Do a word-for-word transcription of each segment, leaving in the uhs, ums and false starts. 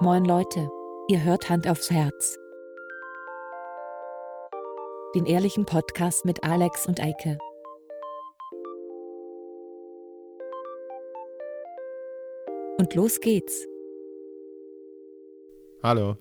Moin Leute, ihr hört Hand aufs Herz. Den ehrlichen Podcast mit Alex und Eike. Und los geht's. Hallo.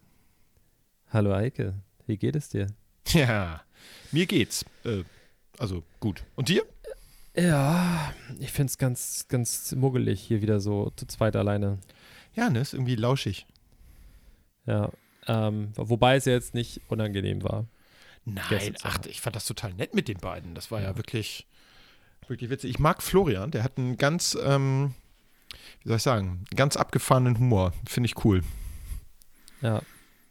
Hallo Eike, wie geht es dir? Ja, mir geht's. Äh, also gut. Und dir? Ja, ich find's ganz, ganz muggelig hier wieder so zu zweit alleine. Ja, ne, ist irgendwie lauschig. Ja, ähm, wobei es ja jetzt nicht unangenehm war. Nein, ach, ich fand das total nett mit den beiden. Das war ja, ja wirklich, wirklich witzig. Ich mag Florian, der hat einen ganz, ähm, wie soll ich sagen, einen ganz abgefahrenen Humor. Finde ich cool. Ja.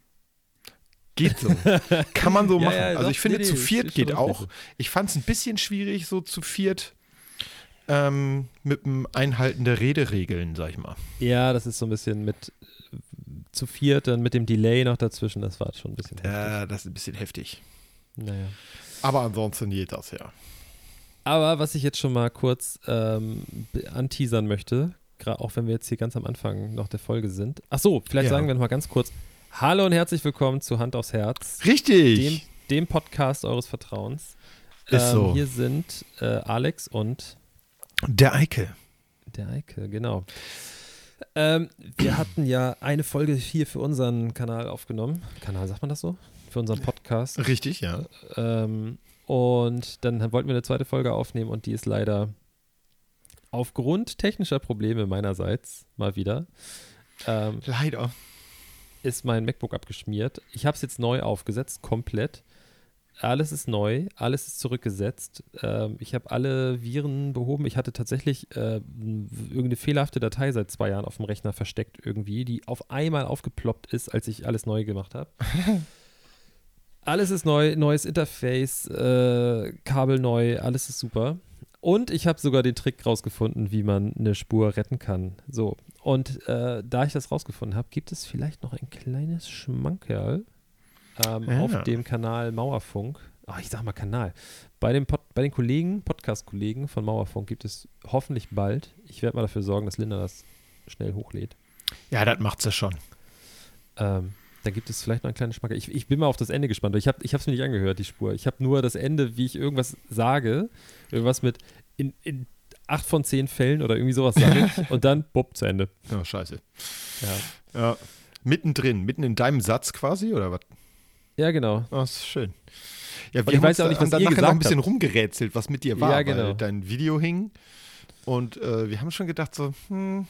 Geht so. Kann man so ja, machen. Ja, also doch, ich finde, nee, zu nee, viert geht auch. richtig. Ich fand es ein bisschen schwierig, so zu viert ähm, mit dem Einhalten der Rederegeln, sag ich mal. Ja, das ist so ein bisschen mit äh, zu viert, dann mit dem Delay noch dazwischen, das war schon ein bisschen heftig. Ja, das ist ein bisschen heftig. Naja. Aber ansonsten geht das, ja. Aber was ich jetzt schon mal kurz ähm, anteasern möchte, gra- auch wenn wir jetzt hier ganz am Anfang noch der Folge sind. Ach so, vielleicht Ja. sagen wir noch mal ganz kurz: Hallo und herzlich willkommen zu Hand aufs Herz, Richtig. dem, dem Podcast eures Vertrauens. Ist so. Hier sind äh, Alex und Der Eike. der Eike, genau. Ähm, wir hatten ja eine Folge hier für unseren Kanal aufgenommen. Kanal, sagt man das so? Für unseren Podcast. Richtig, ja. Ähm, und dann wollten wir eine zweite Folge aufnehmen und die ist leider aufgrund technischer Probleme meinerseits mal wieder, ähm, Leider. ist mein MacBook abgeschmiert. Ich habe es jetzt neu aufgesetzt, komplett. Alles ist neu, alles ist zurückgesetzt. Ähm, ich habe alle Viren behoben. Ich hatte tatsächlich äh, irgendeine fehlerhafte Datei seit zwei Jahren auf dem Rechner versteckt irgendwie, die auf einmal aufgeploppt ist, als ich alles neu gemacht habe. Alles ist neu, neues Interface, äh, Kabel neu, alles ist super. Und ich habe sogar den Trick rausgefunden, wie man eine Spur retten kann. So, und äh, da ich das rausgefunden habe, gibt es vielleicht noch ein kleines Schmankerl ähm, Ja. auf dem Kanal Mauerfunk. Ach, ich sag mal Kanal. Bei, dem Pod, bei den Kollegen, Podcast-Kollegen von Mauerfunk gibt es hoffentlich bald. Ich werde mal dafür sorgen, dass Linda das schnell hochlädt. Ja, das macht's ja schon. Ähm, da gibt es vielleicht noch einen kleinen Schmacker. Ich, ich bin mal auf das Ende gespannt. Ich habe es mir nicht angehört, die Spur. Ich habe nur das Ende, wie ich irgendwas sage. Irgendwas mit in, in acht von zehn Fällen oder irgendwie sowas sage ich. Und dann, bupp, zu Ende. Ja, scheiße. Ja, Ja. Mittendrin, mitten in deinem Satz quasi, oder was? ja genau. Oh, das ist schön. Ja, Und wir ich haben weiß uns auch nicht, da- was dann ihr nachher noch ein gesagt bisschen habt. rumgerätselt, was mit dir war, Ja, genau. weil dein Video hing. Und äh, wir haben schon gedacht so, hm,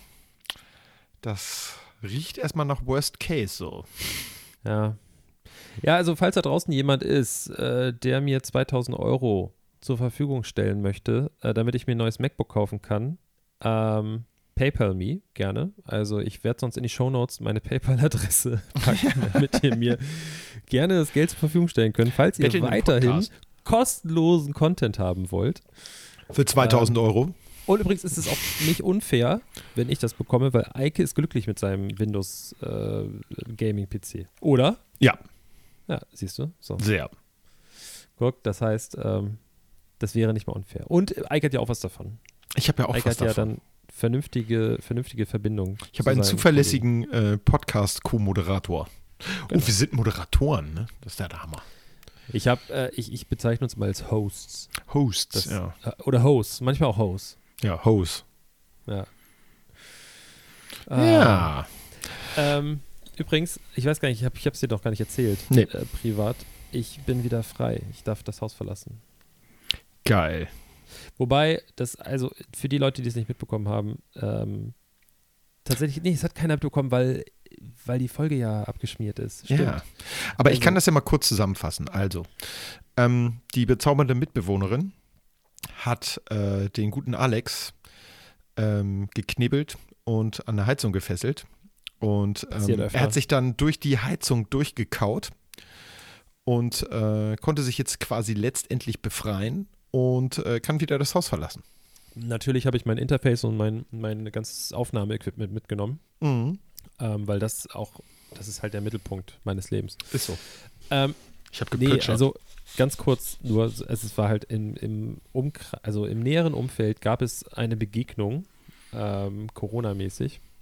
das riecht erstmal nach Worst Case so. Ja. Ja, also falls da draußen jemand ist, äh, der mir zweitausend Euro zur Verfügung stellen möchte, äh, damit ich mir ein neues MacBook kaufen kann, ähm, PayPal me, gerne. Also ich werde sonst in die Shownotes meine PayPal-Adresse packen, damit ihr mir gerne das Geld zur Verfügung stellen könnt, falls ihr Betteln im weiterhin Podcast. kostenlosen Content haben wollt. Für zweitausend Euro. Und übrigens ist es auch nicht unfair, wenn ich das bekomme, weil Eike ist glücklich mit seinem Windows äh, Gaming-P C. Oder? Ja, Ja, siehst du? So. sehr. Guck, das heißt, ähm, das wäre nicht mal unfair. Und Eike hat ja auch was davon. Ich habe ja auch Eike was hat ja davon. dann vernünftige, vernünftige Verbindung. Ich habe einen zuverlässigen äh, Podcast-Co-Moderator. Genau. Oh, wir sind Moderatoren, ne? Das ist ja der Hammer. Ich habe, äh, ich, ich bezeichne uns mal als Hosts. Hosts, Das, ja. äh, oder Hosts, manchmal auch Hosts. Ja, Host. Ja. Ja. Ähm, übrigens, ich weiß gar nicht, ich habe es dir doch gar nicht erzählt, Nee. äh, privat. Ich bin wieder frei. Ich darf das Haus verlassen. Geil. Wobei, das, also für die Leute, die es nicht mitbekommen haben, ähm, tatsächlich, nee, es hat keiner mitbekommen, weil, weil die Folge ja abgeschmiert ist. Stimmt. Ja. Aber ich Also- kann das ja mal kurz zusammenfassen. Also, ähm, die bezaubernde Mitbewohnerin hat äh, den guten Alex ähm, geknebelt und an der Heizung gefesselt. Und Passiert ähm, öfter. er hat sich dann durch die Heizung durchgekaut und äh, konnte sich jetzt quasi letztendlich befreien und äh, kann wieder das Haus verlassen. Natürlich habe ich mein Interface und mein, mein ganzes Aufnahmeequipment mitgenommen, Mhm. ähm, weil das auch, das ist halt der Mittelpunkt meines Lebens. Ist so. Ähm, Ich habe nee, geplätschert. also ganz kurz nur, es es war halt in, im, Umkre- also im näheren Umfeld gab es eine Begegnung, ähm, Corona-mäßig.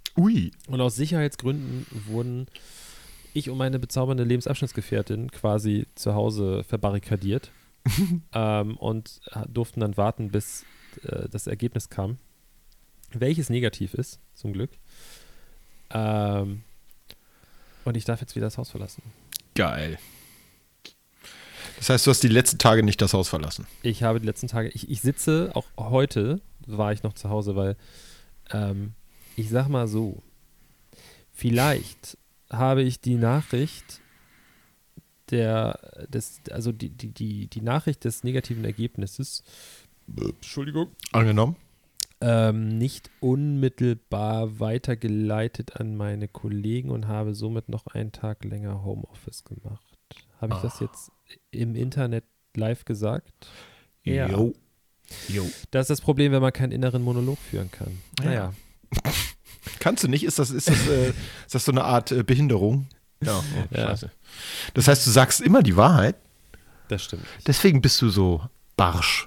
Ui. Und aus Sicherheitsgründen wurden ich und meine bezaubernde Lebensabschnittsgefährtin quasi zu Hause verbarrikadiert ähm, und durften dann warten, bis äh, das Ergebnis kam, welches negativ ist, zum Glück. Ähm, und ich darf jetzt wieder das Haus verlassen. Geil. Das heißt, du hast die letzten Tage nicht das Haus verlassen. Ich habe die letzten Tage, ich, ich sitze, auch heute war ich noch zu Hause, weil ähm, ich sag mal so, vielleicht habe ich die Nachricht der, des, also die, die, die, die Nachricht des negativen Ergebnisses, Entschuldigung, Angenommen? ähm, nicht unmittelbar weitergeleitet an meine Kollegen und habe somit noch einen Tag länger Homeoffice gemacht. Habe ich Ah. das jetzt im Internet live gesagt? Ja. Jo. Jo. Das ist das Problem, wenn man keinen inneren Monolog führen kann. Naja. Kannst du nicht? Ist das, ist das, äh, ist das so eine Art äh, Behinderung? Ja, oh, Ja. scheiße. Das heißt, du sagst immer die Wahrheit? Das stimmt. Deswegen bist du so barsch.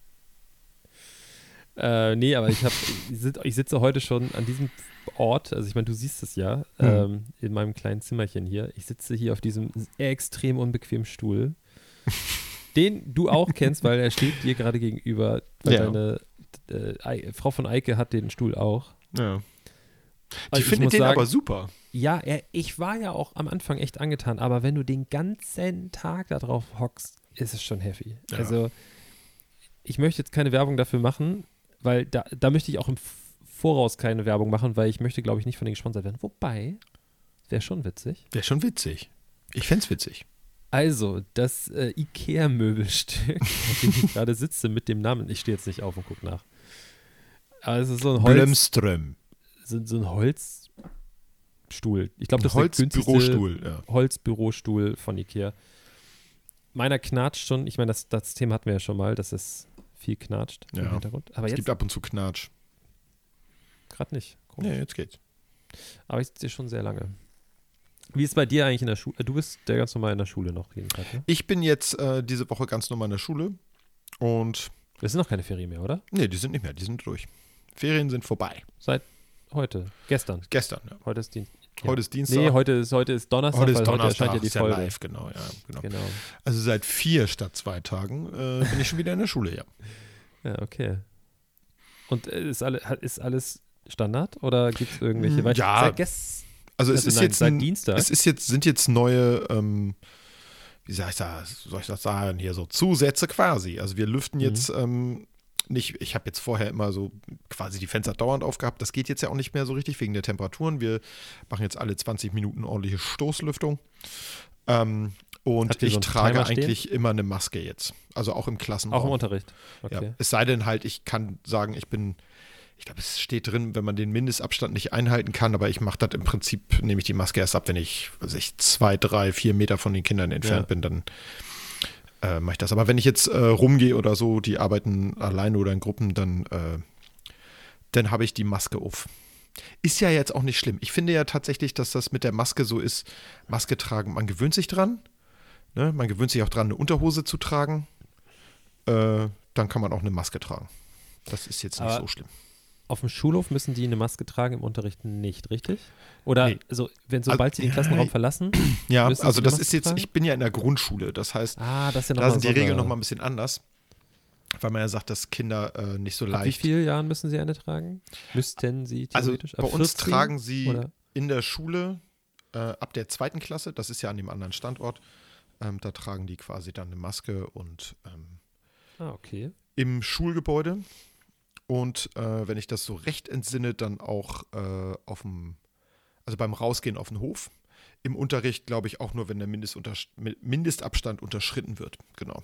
Äh, nee, aber ich, hab, ich, sitz, ich sitze heute schon an diesem Ort, also ich meine, du siehst es ja, Hm. ähm, in meinem kleinen Zimmerchen hier. Ich sitze hier auf diesem extrem unbequemen Stuhl, den du auch kennst, weil er steht dir gerade gegenüber. Weil Ja. deine äh, Ei- Frau von Eike hat den Stuhl auch. Ja. Die Also ich findet muss den sagen, aber super. Ja, er, ich war ja auch am Anfang echt angetan, aber wenn du den ganzen Tag da drauf hockst, ist es schon heavy. Ja. Also ich möchte jetzt keine Werbung dafür machen, weil da, da möchte ich auch im Voraus keine Werbung machen, weil ich möchte, glaube ich, nicht von denen gesponsert werden. Wobei, wäre schon witzig. Wäre schon witzig. Ich fänd's witzig. Also, das äh, Ikea-Möbelstück, auf dem ich gerade sitze mit dem Namen, ich stehe jetzt nicht auf und gucke nach. Aber es ist so ein Holz, Blömström. so, so ein Holzstuhl. Ich glaube, das ist der günstigste Holzbürostuhl, ja. Holzbürostuhl von Ikea. Meiner knatscht schon, ich meine, das, das Thema hatten wir ja schon mal, dass es viel knatscht im Ja. Hintergrund. Aber Es jetzt gibt ab und zu Knatsch. gerade nicht. Komisch. Nee, jetzt geht's. Aber ich sitze hier schon sehr lange. Wie ist bei dir eigentlich in der Schule? Du bist der ganz normal in der Schule noch jeden Tag, ne? Ich bin jetzt äh, diese Woche ganz normal in der Schule und Das sind noch keine Ferien mehr, oder? nee, die sind nicht mehr, die sind durch. Ferien sind vorbei. Seit heute, gestern. Gestern, ja. Heute ist Dienstag. Ja. Heute ist Dienstag. Nee, heute ist, heute ist Donnerstag, Heute ist weil Donnerstag, heute erscheint ja die ist ja Folge. live, genau, ja, genau. Genau. Also seit vier statt zwei Tagen äh, bin ich schon wieder in der Schule, ja. Ja, okay. Und äh, ist, alle, hat- ist alles Standard oder gibt es irgendwelche? Mm, Weil ich- ja. Seit, gest, Also es also ist nein, jetzt seit ein, Dienstag. es ist jetzt, sind jetzt neue, ähm, wie sag ich das, soll ich das sagen, hier so Zusätze quasi. Also wir lüften Mhm. jetzt ähm, nicht, ich habe jetzt vorher immer so quasi die Fenster dauernd aufgehabt. Das geht jetzt ja auch nicht mehr so richtig wegen der Temperaturen. Wir machen jetzt alle zwanzig Minuten ordentliche Stoßlüftung. Ähm, und Habt ihr ich so einen trage Timer stehen? eigentlich immer eine Maske jetzt. Also auch im Klassenraum. Auch im Unterricht. Okay. Ja, es sei denn halt, ich kann sagen, ich bin, ich glaube, es steht drin, wenn man den Mindestabstand nicht einhalten kann, aber ich mache das im Prinzip, nehme ich die Maske erst ab, wenn ich, also ich zwei, drei, vier Meter von den Kindern entfernt Ja. bin, dann äh, mache ich das. Aber wenn ich jetzt äh, rumgehe oder so, die arbeiten alleine oder in Gruppen, dann, äh, dann habe ich die Maske auf. Ist ja jetzt auch nicht schlimm. Ich finde ja tatsächlich, dass das mit der Maske so ist, Maske tragen, man gewöhnt sich dran. Ne? Man gewöhnt sich auch dran, eine Unterhose zu tragen. Äh, dann kann man auch eine Maske tragen. Das ist jetzt nicht Aber so schlimm. Auf dem Schulhof müssen die eine Maske tragen, im Unterricht nicht, richtig? Oder Nee. also, wenn sobald sie den ja, Klassenraum verlassen? Ja, müssen also sie das eine ist Maske jetzt, tragen? ich bin ja in der Grundschule, das heißt, Ah, das ist ja da nochmal sind die Sonder- Regeln nochmal ein bisschen anders, weil man ja sagt, dass Kinder äh, nicht so Ab wie leicht. vielen Jahren müssen sie eine tragen? Müssten sie Also theoretisch? bei Ab uns vierzehn? tragen sie Oder? in der Schule äh, ab der zweiten Klasse, das ist ja an dem anderen Standort, ähm, da tragen die quasi dann eine Maske und ähm, Ah, okay. im Schulgebäude und äh, wenn ich das so recht entsinne, dann auch äh, auf dem, also beim Rausgehen auf den Hof. Im Unterricht glaube ich auch nur, wenn der Mindestunter Mindestabstand unterschritten wird. Genau.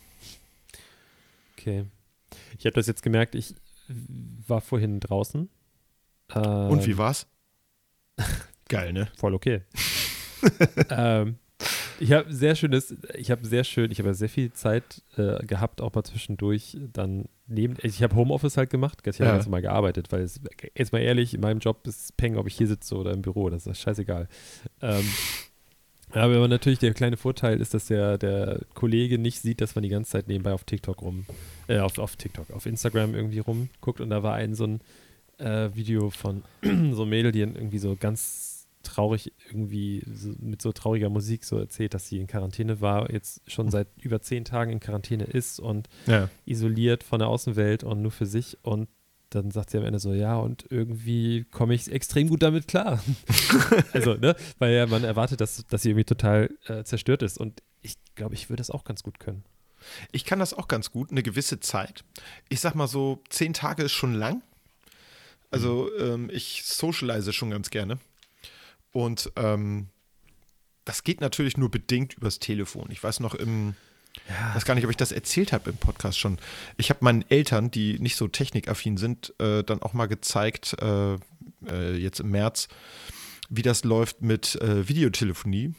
Okay. Ich habe das jetzt gemerkt, ich war vorhin draußen. Ähm, Und wie war's? Geil, ne? Voll okay. ähm, ich habe sehr schönes, ich habe sehr schön, ich habe ja sehr viel Zeit äh, gehabt, auch mal zwischendurch dann neben, ich habe Homeoffice halt gemacht, ich habe Ja. ganz normal gearbeitet, weil es, jetzt mal ehrlich, in meinem Job ist Peng, ob ich hier sitze oder im Büro, das ist scheißegal. Ähm, aber natürlich der kleine Vorteil ist, dass der, der Kollege nicht sieht, dass man die ganze Zeit nebenbei auf TikTok rum, äh, auf, auf TikTok, auf Instagram irgendwie rumguckt und da war ein so ein äh, Video von so einem Mädel, die irgendwie so ganz traurig irgendwie so, mit so trauriger Musik so erzählt, dass sie in Quarantäne war, jetzt schon seit über zehn Tagen in Quarantäne ist und Ja. isoliert von der Außenwelt und nur für sich. Und dann sagt sie am Ende so, ja, und irgendwie komme ich extrem gut damit klar. Also, ne, weil ja man erwartet, dass, dass sie irgendwie total äh, zerstört ist. Und ich glaube, ich würde das auch ganz gut können. Ich kann das auch ganz gut, eine gewisse Zeit. Ich sag mal so, zehn Tage ist schon lang. Also ähm, ich socialize schon ganz gerne. Und ähm, das geht natürlich nur bedingt übers Telefon. Ich weiß noch im, Ja. ich weiß gar nicht, ob ich das erzählt habe im Podcast schon. Ich habe meinen Eltern, die nicht so technikaffin sind, äh, dann auch mal gezeigt, äh, äh, jetzt im März, wie das läuft mit äh, Videotelefonie.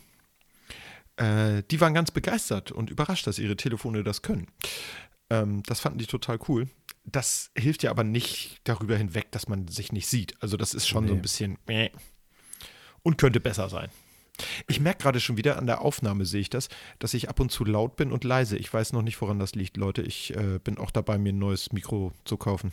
Äh, die waren ganz begeistert und überrascht, dass ihre Telefone das können. Ähm, das fanden die total cool. Das hilft ja aber nicht darüber hinweg, dass man sich nicht sieht. Also das ist schon Nee. so ein bisschen äh, und könnte besser sein. Ich merke gerade schon wieder, an der Aufnahme sehe ich das, dass ich ab und zu laut bin und leise. Ich weiß noch nicht, woran das liegt, Leute. Ich äh, bin auch dabei, mir ein neues Mikro zu kaufen.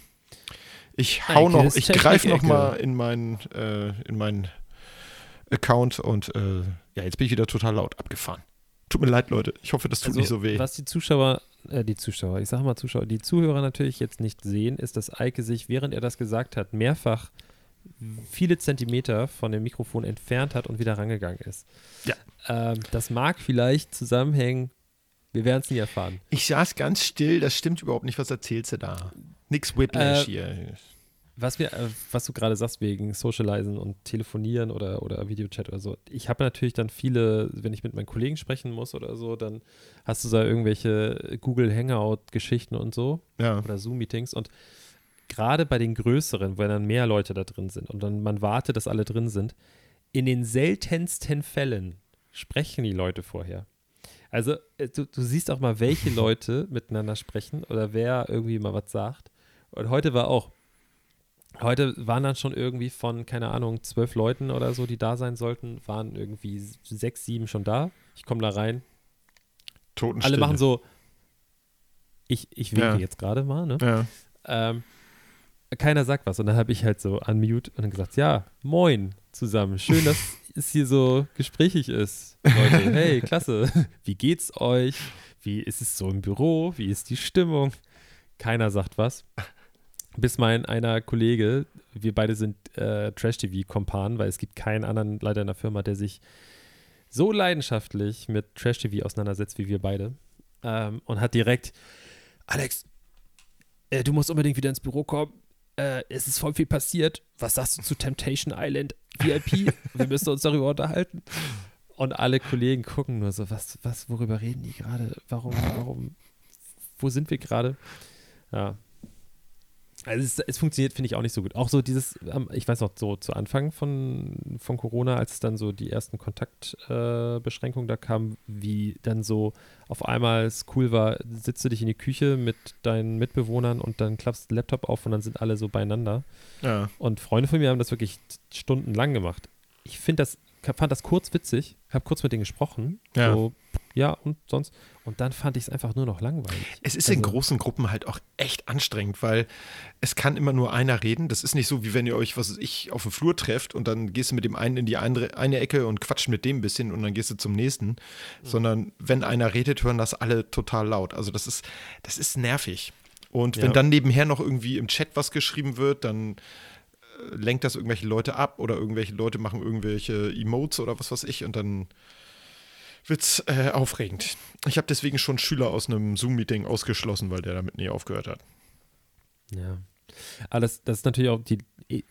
Ich hau Eike noch, ist ich greife noch Technik-Ecke. mal in meinen äh, in meinen Account und äh, ja, jetzt bin ich wieder total laut abgefahren. Tut mir leid, Leute. Ich hoffe, das tut Also, nicht so weh. was die Zuschauer, äh, die Zuschauer, ich sage mal Zuschauer, die Zuhörer natürlich jetzt nicht sehen, ist, dass Eike sich, während er das gesagt hat, mehrfach viele Zentimeter von dem Mikrofon entfernt hat und wieder rangegangen ist. Ja. Ähm, das mag vielleicht zusammenhängen, wir werden es nie erfahren. Ich saß ganz still, das stimmt überhaupt nicht. Was erzählst du da? Nix Whiplash Äh, hier. Was, wir, äh, was du gerade sagst, wegen Socializen und Telefonieren oder, oder Videochat oder so. Ich habe natürlich dann viele, wenn ich mit meinen Kollegen sprechen muss oder so, dann hast du da irgendwelche Google Hangout-Geschichten und so Ja. oder Zoom-Meetings. Und gerade bei den größeren, wo dann mehr Leute da drin sind und dann man wartet, dass alle drin sind, in den seltensten Fällen sprechen die Leute vorher. Also äh, du, du siehst auch mal, welche Leute miteinander sprechen oder wer irgendwie mal was sagt. Und heute war auch, heute waren dann schon irgendwie von, keine Ahnung, zwölf Leuten oder so, die da sein sollten, waren irgendwie sechs, sieben schon da. Ich komme da rein. Totenstille. Alle machen so, ich, ich winke Ja. jetzt gerade mal, ne? Ja. Ähm, keiner sagt was. Und dann habe ich halt so unmute und dann gesagt, ja, moin zusammen. Schön, dass es hier so gesprächig ist. Leute, hey, klasse. Wie geht's euch? Wie ist es so im Büro? Wie ist die Stimmung? Keiner sagt was. Bis mein einer Kollege, wir beide sind äh, Trash-T V-Kompanen, weil es gibt keinen anderen leider in der Firma, der sich so leidenschaftlich mit Trash-T V auseinandersetzt wie wir beide. Ähm, und hat direkt, Alex, äh, du musst unbedingt wieder ins Büro kommen. Äh, es ist voll viel passiert. Was sagst du zu Temptation Island V I P? Wir müssen uns darüber unterhalten. Und alle Kollegen gucken nur so, was, was, worüber reden die gerade? Warum, warum, wo sind wir gerade? Ja. Also es, es funktioniert, finde ich, auch nicht so gut. Auch so dieses, ähm, ich weiß noch, so zu Anfang von, von Corona, als es dann so die ersten Kontaktbeschränkungen äh, Beschränkungen da kamen, wie dann so auf einmal es cool war, sitzt du dich in die Küche mit deinen Mitbewohnern und dann klappst du den Laptop auf und dann sind alle so beieinander. Ja. Und Freunde von mir haben das wirklich stundenlang gemacht. Ich finde das, fand das kurz witzig, habe kurz mit denen gesprochen, Ja. so, ja, und sonst. Und dann fand ich es einfach nur noch langweilig. Es ist in Also- großen Gruppen halt auch echt anstrengend, weil es kann immer nur einer reden. Das ist nicht so, wie wenn ihr euch, was weiß ich, auf dem Flur trefft und dann gehst du mit dem einen in die andere, eine Ecke und quatscht mit dem ein bisschen und dann gehst du zum nächsten. Mhm. Sondern wenn einer redet, hören das alle total laut. Also das ist, das ist nervig. Und wenn Ja. dann nebenher noch irgendwie im Chat was geschrieben wird, dann äh, lenkt das irgendwelche Leute ab oder irgendwelche Leute machen irgendwelche Emotes oder was weiß ich und dann wird's äh, aufregend. Ich habe deswegen schon Schüler aus einem Zoom-Meeting ausgeschlossen, weil der damit nie aufgehört hat. Ja. Aber das, das ist natürlich auch die.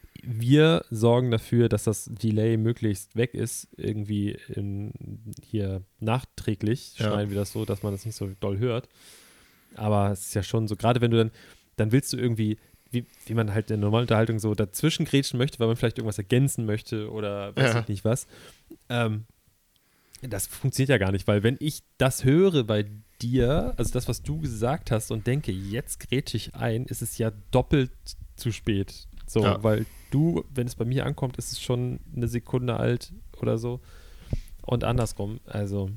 Wir sorgen dafür, dass das Delay möglichst weg ist, irgendwie in, hier nachträglich Ja. schneiden wir das so, dass man das nicht so doll hört. Aber es ist ja schon so, gerade wenn du dann, dann willst du irgendwie, wie, wie man halt in der normalen Unterhaltung so dazwischen grätschen möchte, weil man vielleicht irgendwas ergänzen möchte oder weiß Ja. ich nicht was. Ähm, das funktioniert ja gar nicht, weil wenn ich das höre bei dir, also das, was du gesagt hast und denke, jetzt grätsche ich ein, ist es ja doppelt zu spät. So, Ja. weil du, wenn es bei mir ankommt, ist es schon eine Sekunde alt oder so. Und andersrum. Also,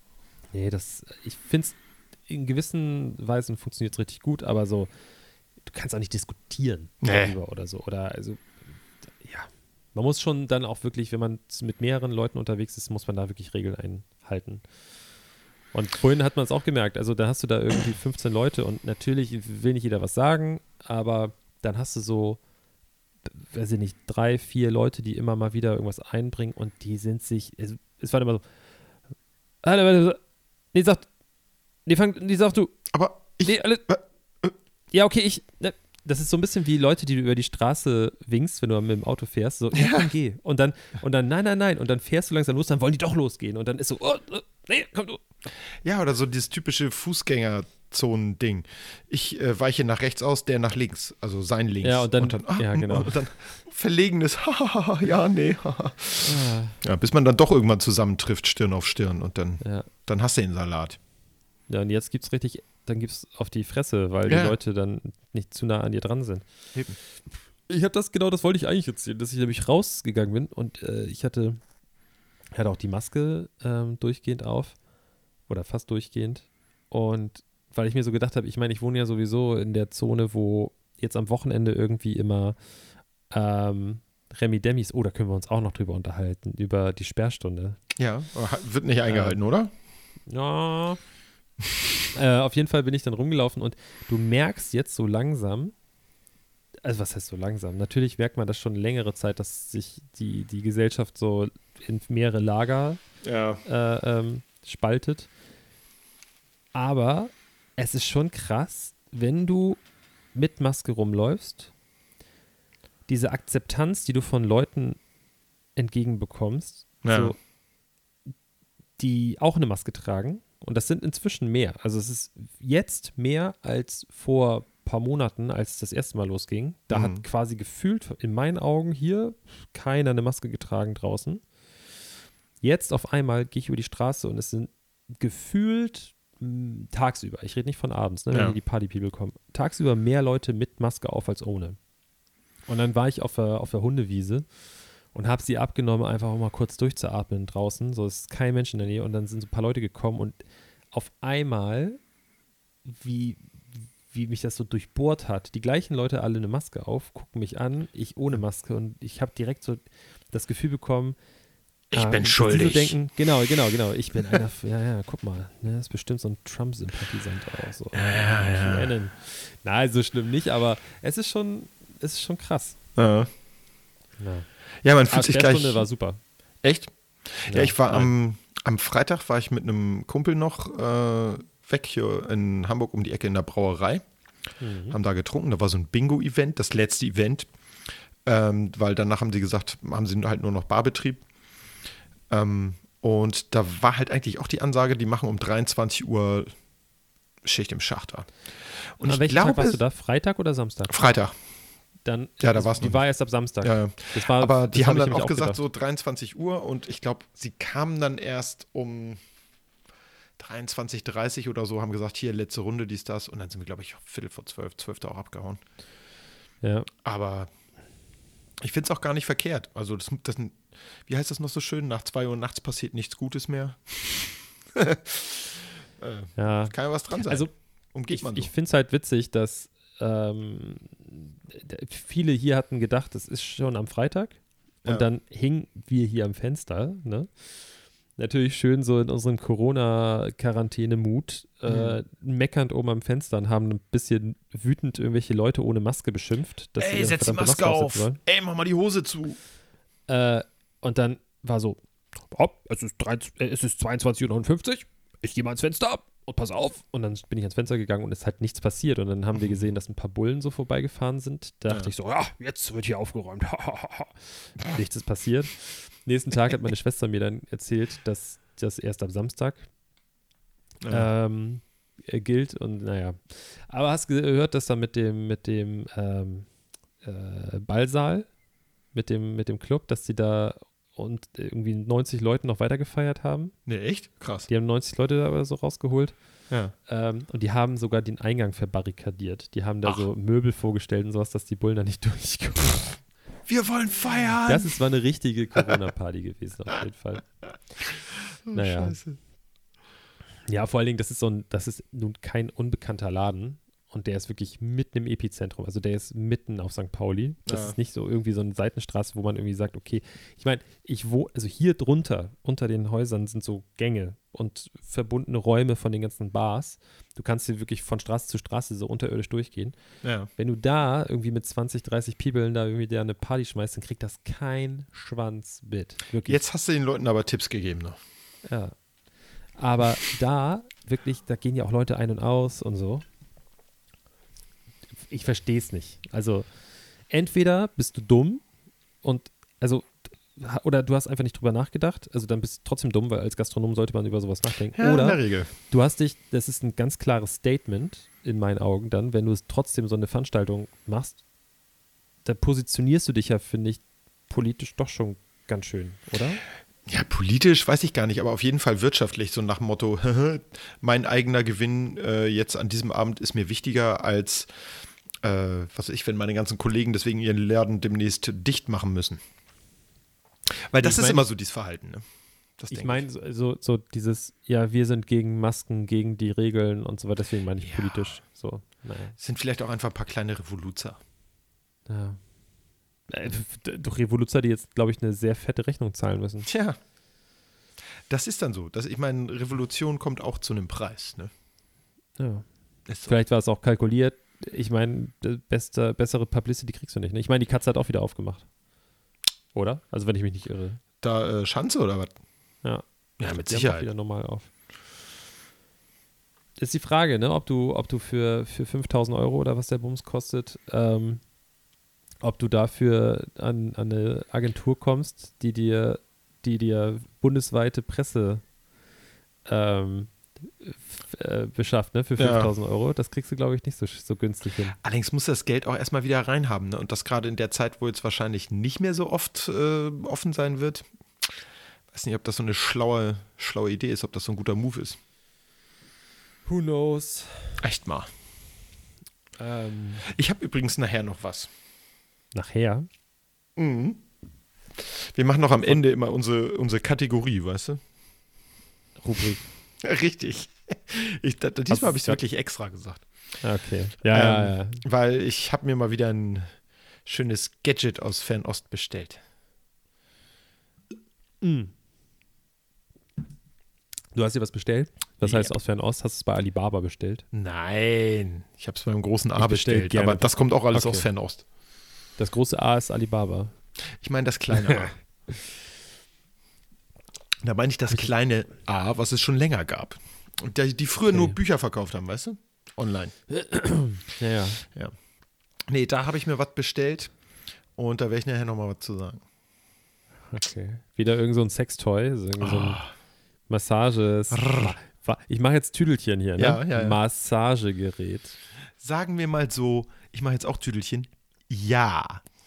nee, das, ich finde es in gewissen Weisen funktioniert es richtig gut, aber so, kannst auch nicht diskutieren Nee. darüber oder so. Oder also, ja. Man muss schon dann auch wirklich, wenn man mit mehreren Leuten unterwegs ist, muss man da wirklich Regeln einhalten. Und vorhin hat man es auch gemerkt, also da hast du da irgendwie fünfzehn Leute und natürlich will nicht jeder was sagen, aber dann hast du so, weiß ich nicht, drei, vier Leute, die immer mal wieder irgendwas einbringen und die sind sich, es, es war immer so, warte, warte, warte, nee, sag, nee, fang, nee, sag du, Aber ich, nee, alle, ja, okay, ich, ne, das ist so ein bisschen wie Leute, die du über die Straße winkst, wenn du mit dem Auto fährst, so, ja, komm, geh. Und dann, und dann, nein, nein, nein, und dann fährst du langsam los, dann wollen die doch losgehen und dann ist so, oh, oh, nee, komm du. ja, oder so dieses typische Fußgängerzonen-Ding. Ich äh, weiche nach rechts aus, der nach links, also sein links. Ja, und dann, ah, ja, genau. Und dann verlegenes, ja, nee. Ah, Ja, bis man dann doch irgendwann zusammentrifft, Stirn auf Stirn und dann, ja. dann hast du den Salat. Ja, und jetzt gibt's richtig, dann gibt's auf die Fresse, weil Ja. die Leute dann nicht zu nah an dir dran sind. Eben. Ich habe das, genau das wollte ich eigentlich erzählen, dass ich nämlich rausgegangen bin und äh, ich hatte, hatte auch die Maske ähm, durchgehend auf oder fast durchgehend und weil ich mir so gedacht habe, ich meine, ich wohne ja sowieso in der Zone, wo jetzt am Wochenende irgendwie immer ähm, Remi-Demis, oh, da können wir uns auch noch drüber unterhalten, über die Sperrstunde. Ja, aber hat- wird nicht eingehalten, oder? Ja. äh, auf jeden Fall bin ich dann rumgelaufen und du merkst jetzt so langsam, also was heißt so langsam? Natürlich merkt man das schon längere Zeit, dass sich die, die Gesellschaft so in mehrere Lager Ja. äh, ähm, spaltet. Aber es ist schon krass, wenn du mit Maske rumläufst, diese Akzeptanz, die du von Leuten entgegenbekommst, Ja. so, die auch eine Maske tragen. Und das sind inzwischen mehr. Also es ist jetzt mehr als vor ein paar Monaten, als es das erste Mal losging. Da Mhm. hat quasi gefühlt in meinen Augen hier keiner eine Maske getragen draußen. Jetzt auf einmal gehe ich über die Straße und es sind gefühlt mh, tagsüber, ich rede nicht von abends, ne, wenn Ja. hier die Party-People kommen, tagsüber mehr Leute mit Maske auf als ohne. Und dann war ich auf der, auf der Hundewiese und habe sie abgenommen, einfach um mal kurz durchzuatmen draußen. So, es ist kein Mensch in der Nähe. Und dann sind so ein paar Leute gekommen und auf einmal, wie, wie mich das so durchbohrt hat, die gleichen Leute alle eine Maske auf, gucken mich an, ich ohne Maske. Und ich habe direkt so das Gefühl bekommen, Ich ah, bin dass die schuldig. So denken, genau, genau, genau. Ich bin einer, ja, ja, guck mal, ne, ist bestimmt so ein Trump-Sympathisant auch. So. Ja, ja. Nein, Nein, so schlimm nicht, aber es ist schon, es ist schon krass. Ja, Ja. ja man Ah, fühlt sich gleich. Sperrstunde war super. Echt? Ja, ich war nein. am, am Freitag war ich mit einem Kumpel noch äh, weg hier in Hamburg um die Ecke in der Brauerei. Mhm. Haben da getrunken. Da war so ein Bingo-Event, das letzte Event. Ähm, weil danach haben sie gesagt, haben sie halt nur noch Barbetrieb. Ähm, und da war halt eigentlich auch die Ansage, die machen um dreiundzwanzig Uhr Schicht im Schacht da. Und An ich welchem glaube, Tag warst du da? Freitag oder Samstag? Freitag. Dann, Ja, da also war's noch Die war erst ab Samstag. Ja, ja. Das war, Aber das die hab haben ich dann nämlich auch gesagt, gedacht. so dreiundzwanzig Uhr und ich glaube, sie kamen dann erst um dreiundzwanzig Uhr dreißig oder so, haben gesagt, hier, letzte Runde, dies, das. Und dann sind wir, glaube ich, Viertel vor zwölf, zwölf da auch abgehauen. Ja. Aber ich finde es auch gar nicht verkehrt. Also, das, das, wie heißt das noch so schön? Nach zwei Uhr nachts passiert nichts Gutes mehr. äh, ja. Kann ja was dran sein. Also, Umgeht ich, man so. ich finde es halt witzig, dass ähm, d- viele hier hatten gedacht, das ist schon am Freitag. Und Ja. dann hingen wir hier am Fenster, ne? Natürlich schön so in unserem Corona-Quarantäne-Mut, äh, meckernd oben am Fenster und haben ein bisschen wütend irgendwelche Leute ohne Maske beschimpft. Dass sie Ey, ihre setz die verdammte Maske auf. aufsetzen sollen. Ey, mach mal die Hose zu. Äh, und dann war so, hopp, es ist, drei, äh, es ist zweiundzwanzig Uhr neunundfünfzig, ich gehe mal ans Fenster ab und pass auf. Und dann bin ich ans Fenster gegangen und es ist halt nichts passiert. Und dann haben wir gesehen, dass ein paar Bullen so vorbeigefahren sind. Da dachte Ja. ich so, ja, jetzt wird hier aufgeräumt. Nichts ist passiert. Nächsten Tag hat meine Schwester mir dann erzählt, dass das erst am Samstag Ja. ähm, äh, gilt. Und naja. Aber hast du gehört, dass da mit dem, mit dem ähm, äh, Ballsaal, mit dem, mit dem Club, dass die da und irgendwie neunzig Leute noch weiter gefeiert haben? Nee, echt? Krass. Die haben neunzig Leute da oder so rausgeholt. Ja. Ähm, und die haben sogar den Eingang verbarrikadiert. Die haben da Ach. so Möbel vorgestellt und sowas, dass die Bullen da nicht durchkommen. Wir wollen feiern. Das ist, war eine richtige Corona-Party gewesen, auf jeden Fall. Oh, naja. Scheiße. Ja, vor allen Dingen, das ist so ein, das ist nun kein unbekannter Laden. und der ist wirklich mitten im Epizentrum. Also der ist mitten auf Sankt Pauli. Das Ja. ist nicht so irgendwie so eine Seitenstraße, wo man irgendwie sagt, okay, ich meine, ich wo, also hier drunter, unter den Häusern sind so Gänge und verbundene Räume von den ganzen Bars. Du kannst hier wirklich von Straße zu Straße so unterirdisch durchgehen. Ja. Wenn du da irgendwie mit zwanzig, dreißig People da irgendwie dir eine Party schmeißt, dann kriegt das kein Schwanz mit. Wirklich. Jetzt hast du den Leuten aber Tipps gegeben noch. Ja. Aber da, wirklich, da gehen ja auch Leute ein und aus und so. Ich verstehe es nicht. Also, entweder bist du dumm und, also, oder du hast einfach nicht drüber nachgedacht. Also, dann bist du trotzdem dumm, weil als Gastronom sollte man über sowas nachdenken. Ja, oder in der Regel. du hast dich, das ist ein ganz klares Statement in meinen Augen dann, wenn du es trotzdem so eine Veranstaltung machst, da positionierst du dich ja, finde ich, politisch doch schon ganz schön, oder? Ja, politisch weiß ich gar nicht, aber auf jeden Fall wirtschaftlich, so nach dem Motto, mein eigener Gewinn äh, jetzt an diesem Abend ist mir wichtiger als, äh, was weiß ich, wenn meine ganzen Kollegen deswegen ihren Laden demnächst dicht machen müssen. Weil das Ich ist mein- immer so dieses Verhalten, ne? Das Ich denke meine, so, so, so dieses, ja, wir sind gegen Masken, gegen die Regeln und so weiter, deswegen meine ich Ja. politisch. So, naja. Sind vielleicht auch einfach ein paar kleine Revoluzer. Ja. Äh, d- Doch Revoluzer, die jetzt, glaube ich, eine sehr fette Rechnung zahlen müssen. Tja, das ist dann so. Das, ich meine, Revolution kommt auch zu einem Preis, ne? Ja. Ist so. Vielleicht war es auch kalkuliert. Ich meine, d- beste, bessere Publicity kriegst du nicht. Ne? Ich meine, die Katze hat auch wieder aufgemacht. Oder? Also, wenn ich mich nicht irre. Da äh, Schanze oder was? Ja. Ja, mit Die haben auch Sicherheit. wieder normal auf. Ist die Frage, ne, ob du, ob du für, für fünftausend Euro oder was der Bums kostet, ähm, ob du dafür an, an eine Agentur kommst, die dir, die dir bundesweite Presse ähm, f- äh, beschafft, ne, für Ja. fünftausend Euro. Das kriegst du, glaube ich, nicht so, so günstig hin. Allerdings muss das Geld auch erstmal wieder reinhaben, ne? Und das gerade in der Zeit, wo jetzt wahrscheinlich nicht mehr so oft äh, offen sein wird. Weiß nicht, ob das so eine schlaue, schlaue Idee ist, ob das so ein guter Move ist. Who knows? Echt mal. Ähm, Ich habe übrigens nachher noch was. nachher. Mhm. Wir machen noch am Ende immer unsere, unsere Kategorie, weißt du? Rubrik. Ja, richtig. Ich, da, Hast diesmal habe ich es du's grad- wirklich extra gesagt. Okay. Ja, ja, Ähm, ja. Weil ich habe mir mal wieder ein schönes Gadget aus Fernost bestellt. Mm. Du hast dir was bestellt? Das Ja. heißt, aus Fernost hast du es bei Alibaba bestellt. Nein, ich habe es beim großen A Ich bestell bestellt, gerne. aber das kommt auch alles Okay. aus Fernost. Das große A ist Alibaba. Ich meine das kleine A. Da meine ich das kleine A, was es schon länger gab. Und die, die früher Okay. nur Bücher verkauft haben, weißt du? Online. Ja, ja. Nee, da habe ich mir was bestellt und da werde ich nachher nochmal was zu sagen. Okay. Wieder irgend so ein Sextoy, so, irgend so ein Ah. Massage. Ich mache jetzt Tüdelchen hier, ne? Ja, ja, ja. Massagegerät. Sagen wir mal so, ich mache jetzt auch Tüdelchen. Ja,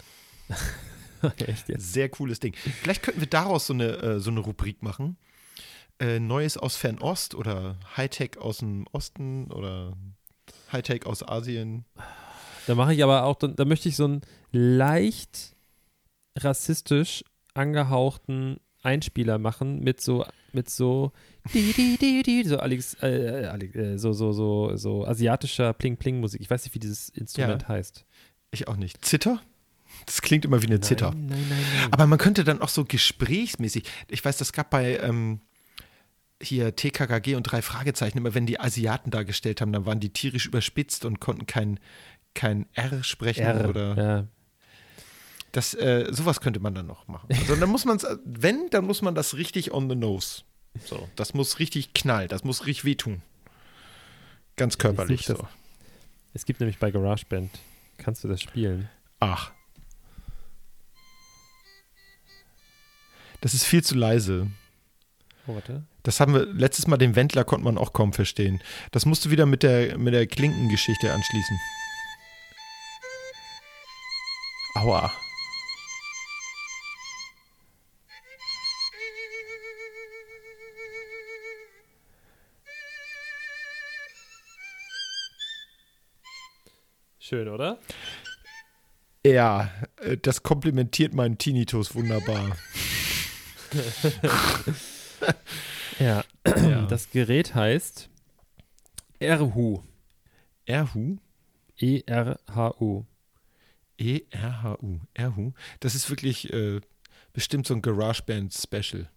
Echt jetzt? sehr cooles Ding. Vielleicht könnten wir daraus so eine, äh, so eine Rubrik machen. Äh, Neues aus Fernost oder Hightech aus dem Osten oder Hightech aus Asien. Da mache ich aber auch, da möchte ich so einen leicht rassistisch angehauchten Einspieler machen mit so, mit so, di, di, di, di, so, Alex, äh, Alex, äh, so, so, so, so asiatischer Pling-Pling-Musik. Ich weiß nicht, wie dieses Instrument Ja. heißt. Ich auch nicht. Zither? Das klingt immer wie eine Zither. Nein, nein, nein, nein. Aber man könnte dann auch so gesprächsmäßig, ich weiß, das gab bei ähm, hier T K K G und drei Fragezeichen, immer wenn die Asiaten dargestellt haben, dann waren die tierisch überspitzt und konnten kein, kein R sprechen R, oder ja. das, äh, sowas könnte man dann noch machen. Also dann muss man es, wenn, dann muss man das richtig on the nose. So, das muss richtig knallen, das muss richtig wehtun. Ganz körperlich such das. so. Es gibt nämlich bei GarageBand, kannst du das spielen? Ach. Das ist viel zu leise. Oh, warte. Das haben wir, letztes Mal den Wendler konnte man auch kaum verstehen. Das musst du wieder mit der, mit der Klinkengeschichte anschließen. Aua. Schön, oder? Ja, äh, das komplementiert meinen Tinnitus wunderbar. Ja. Ja. Das Gerät heißt Erhu. Erhu? E R H U. E R H U. Erhu. Das ist wirklich äh, bestimmt so ein GarageBand-Special.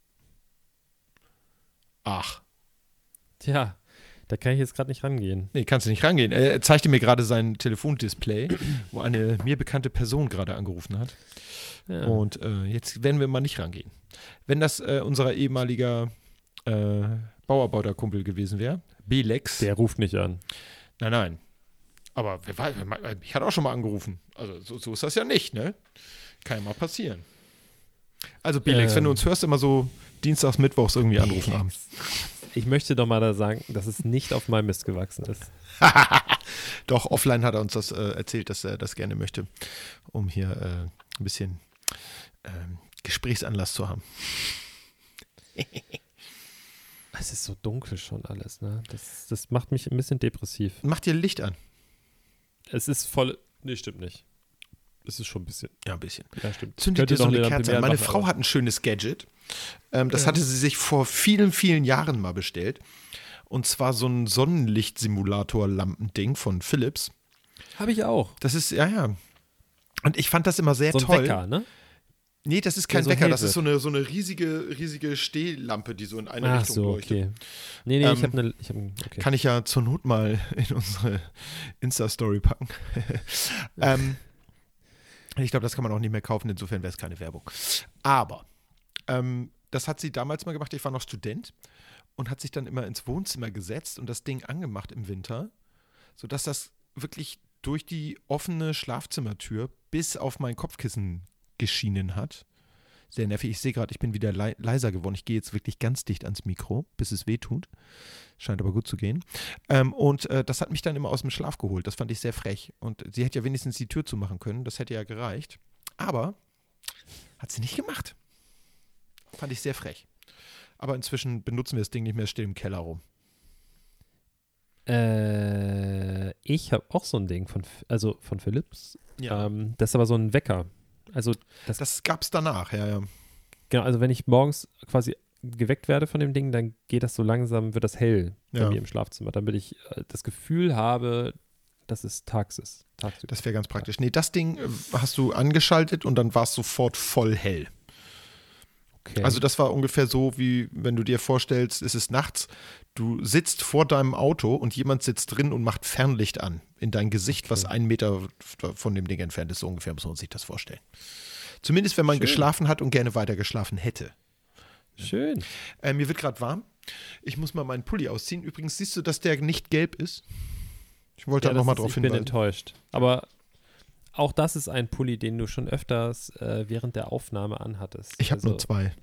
Ach. Tja, da kann ich jetzt gerade nicht rangehen. Nee, kannst du nicht rangehen. Er zeigte mir gerade sein Telefondisplay, wo eine mir bekannte Person gerade angerufen hat. Ja. Und äh, jetzt werden wir mal nicht rangehen. Wenn das äh, unser ehemaliger äh, Bauarbeiterkumpel gewesen wäre, Belex. Der ruft nicht an. Nein, nein. Aber wer weiß, ich hatte auch schon mal angerufen. Also so, so ist das ja nicht, ne? Kann ja mal passieren. Also Belex, Ähm. wenn du uns hörst, immer so dienstags, mittwochs irgendwie anrufen haben. Ich möchte doch mal da sagen, dass es nicht auf meinem Mist gewachsen ist. Doch, offline hat er uns das äh, erzählt, dass er das gerne möchte, um hier äh, ein bisschen ähm, Gesprächsanlass zu haben. Es ist so dunkel schon alles, ne? Das, das macht mich ein bisschen depressiv. Mach dir Licht an. Es ist voll. Nee, stimmt nicht. Es ist schon ein bisschen. Ja, ein bisschen. Ja, stimmt. Zünd dir Könnte so noch eine eine Lampe Kerze mehr an. Meine machen, Frau aber- hat ein schönes Gadget. Ähm, das Ja. hatte sie sich vor vielen, vielen Jahren mal bestellt. Und zwar so ein Sonnenlichtsimulator-Lampending von Philips. Habe ich auch. Das ist, ja, ja. Und ich fand das immer sehr So ein toll. Wecker, ne? Nee, das ist kein Der so Wecker, hell das ist wird. so eine, so eine riesige, riesige Stehlampe, die so in eine Ach Richtung so, leuchtet. okay. Nee, nee, Ähm, ich habe eine. Ich hab, okay. Kann ich ja zur Not mal in unsere Insta-Story packen. ähm, ich glaube, das kann man auch nicht mehr kaufen, insofern wäre es keine Werbung. Aber ähm, das hat sie damals mal gemacht, ich war noch Student und hat sich dann immer ins Wohnzimmer gesetzt und das Ding angemacht im Winter, sodass das wirklich durch die offene Schlafzimmertür bis auf mein Kopfkissen geschienen hat. Sehr nervig. Ich sehe gerade, ich bin wieder lei- leiser geworden. Ich gehe jetzt wirklich ganz dicht ans Mikro, bis es weh tut. Scheint aber gut zu gehen. Ähm, und äh, das hat mich dann immer aus dem Schlaf geholt. Das fand ich sehr frech. Und sie hätte ja wenigstens die Tür zumachen können. Das hätte ja gereicht. Aber hat sie nicht gemacht. Fand ich sehr frech. Aber inzwischen benutzen wir das Ding nicht mehr, steht im Keller rum. Äh, ich habe auch so ein Ding von, also von Philips. Ja. Ähm, das ist aber so ein Wecker. Also das, Das gab es danach, ja, ja. genau, also wenn ich morgens quasi geweckt werde von dem Ding, dann geht das so langsam, wird das hell bei Ja. mir im Schlafzimmer, damit ich äh, das Gefühl habe, dass es tags ist. Tagsüber. Das wäre ganz praktisch. Nee, das Ding äh, hast du angeschaltet und dann war es sofort voll hell. Okay. Also das war ungefähr so, wie wenn du dir vorstellst, es ist nachts, du sitzt vor deinem Auto und jemand sitzt drin und macht Fernlicht an in dein Gesicht, was einen Meter von dem Ding entfernt ist. So ungefähr muss man sich das vorstellen. Zumindest, wenn man Schön. geschlafen hat und gerne weiter geschlafen hätte. Schön. Äh, mir wird gerade warm. Ich muss mal meinen Pulli ausziehen. Übrigens siehst du, dass der nicht gelb ist. Ich wollte Ja, da nochmal das ist- drauf ich bin hinweisen. enttäuscht. Aber auch das ist ein Pulli, den du schon öfters äh, während der Aufnahme anhattest. Ich habe also, nur zwei.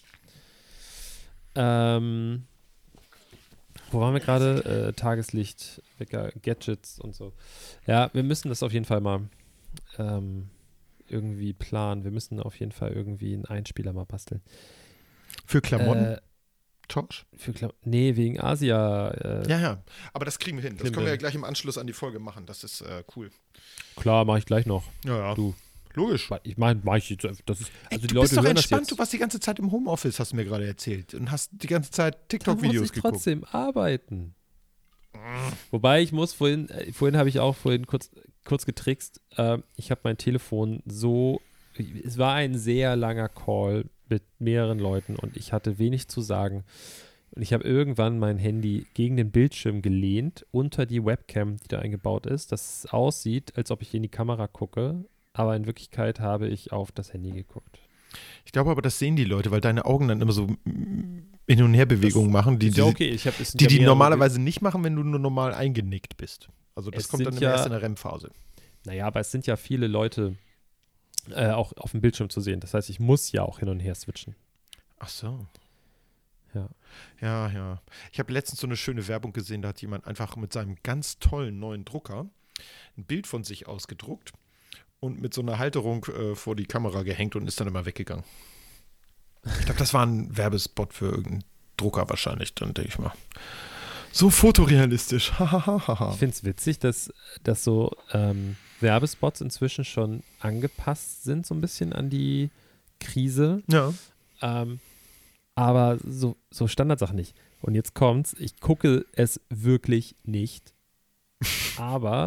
Ähm, wo waren wir gerade? Äh, Tageslicht, Wecker, Gadgets und so. Ja, wir müssen das auf jeden Fall mal ähm, irgendwie planen. Wir müssen auf jeden Fall irgendwie einen Einspieler mal basteln. Für Klamotten? Äh, Tosch? für Klam nee, wegen Asia. Äh, Ja, ja. Aber das kriegen wir hin. Das Kriegen können wir wir ja gleich im Anschluss an die Folge machen. Das ist äh, cool. Klar, mache ich gleich noch. Ja, ja. Du. Logisch. Ich meine, mache ich jetzt. Das ist, Ey, also du die Leute bist doch hören das entspannt, jetzt. du warst die ganze Zeit im Homeoffice, hast du mir gerade erzählt. Und hast die ganze Zeit Da muss TikTok-Videos ich geguckt. trotzdem arbeiten. Wobei ich muss vorhin, äh, vorhin habe ich auch vorhin kurz, kurz getrickst. Äh, ich habe mein Telefon so, es war ein sehr langer Call mit mehreren Leuten und ich hatte wenig zu sagen. Und ich habe irgendwann mein Handy gegen den Bildschirm gelehnt, unter die Webcam, die da eingebaut ist, dass es aussieht, als ob ich in die Kamera gucke. Aber in Wirklichkeit habe ich auf das Handy geguckt. Ich glaube aber, das sehen die Leute, weil deine Augen dann immer so mm, Hin- und Herbewegungen machen, die Ist die, ja okay. Ich hab, es sind die, ja die mehrere normalerweise nicht machen, wenn du nur normal eingenickt bist. Also das Es kommt dann sind immer ja- erst in der R E M-Phase. Naja, aber es sind ja viele Leute äh, auch auf dem Bildschirm zu sehen. Das heißt, ich muss ja auch hin und her switchen. Ach so. Ja. Ja, ja. Ich habe letztens so eine schöne Werbung gesehen, da hat jemand einfach mit seinem ganz tollen neuen Drucker ein Bild von sich ausgedruckt und mit so einer Halterung äh, vor die Kamera gehängt und ist dann immer weggegangen. Ich glaube, das war ein Werbespot für irgendeinen Drucker wahrscheinlich, dann denke ich mal. So fotorealistisch. Ich finde es witzig, dass, dass so ähm, Werbespots inzwischen schon angepasst sind, so ein bisschen an die Krise. Ja. Ähm, aber so, so Standardsachen nicht. Und jetzt kommt's, ich gucke es wirklich nicht. Aber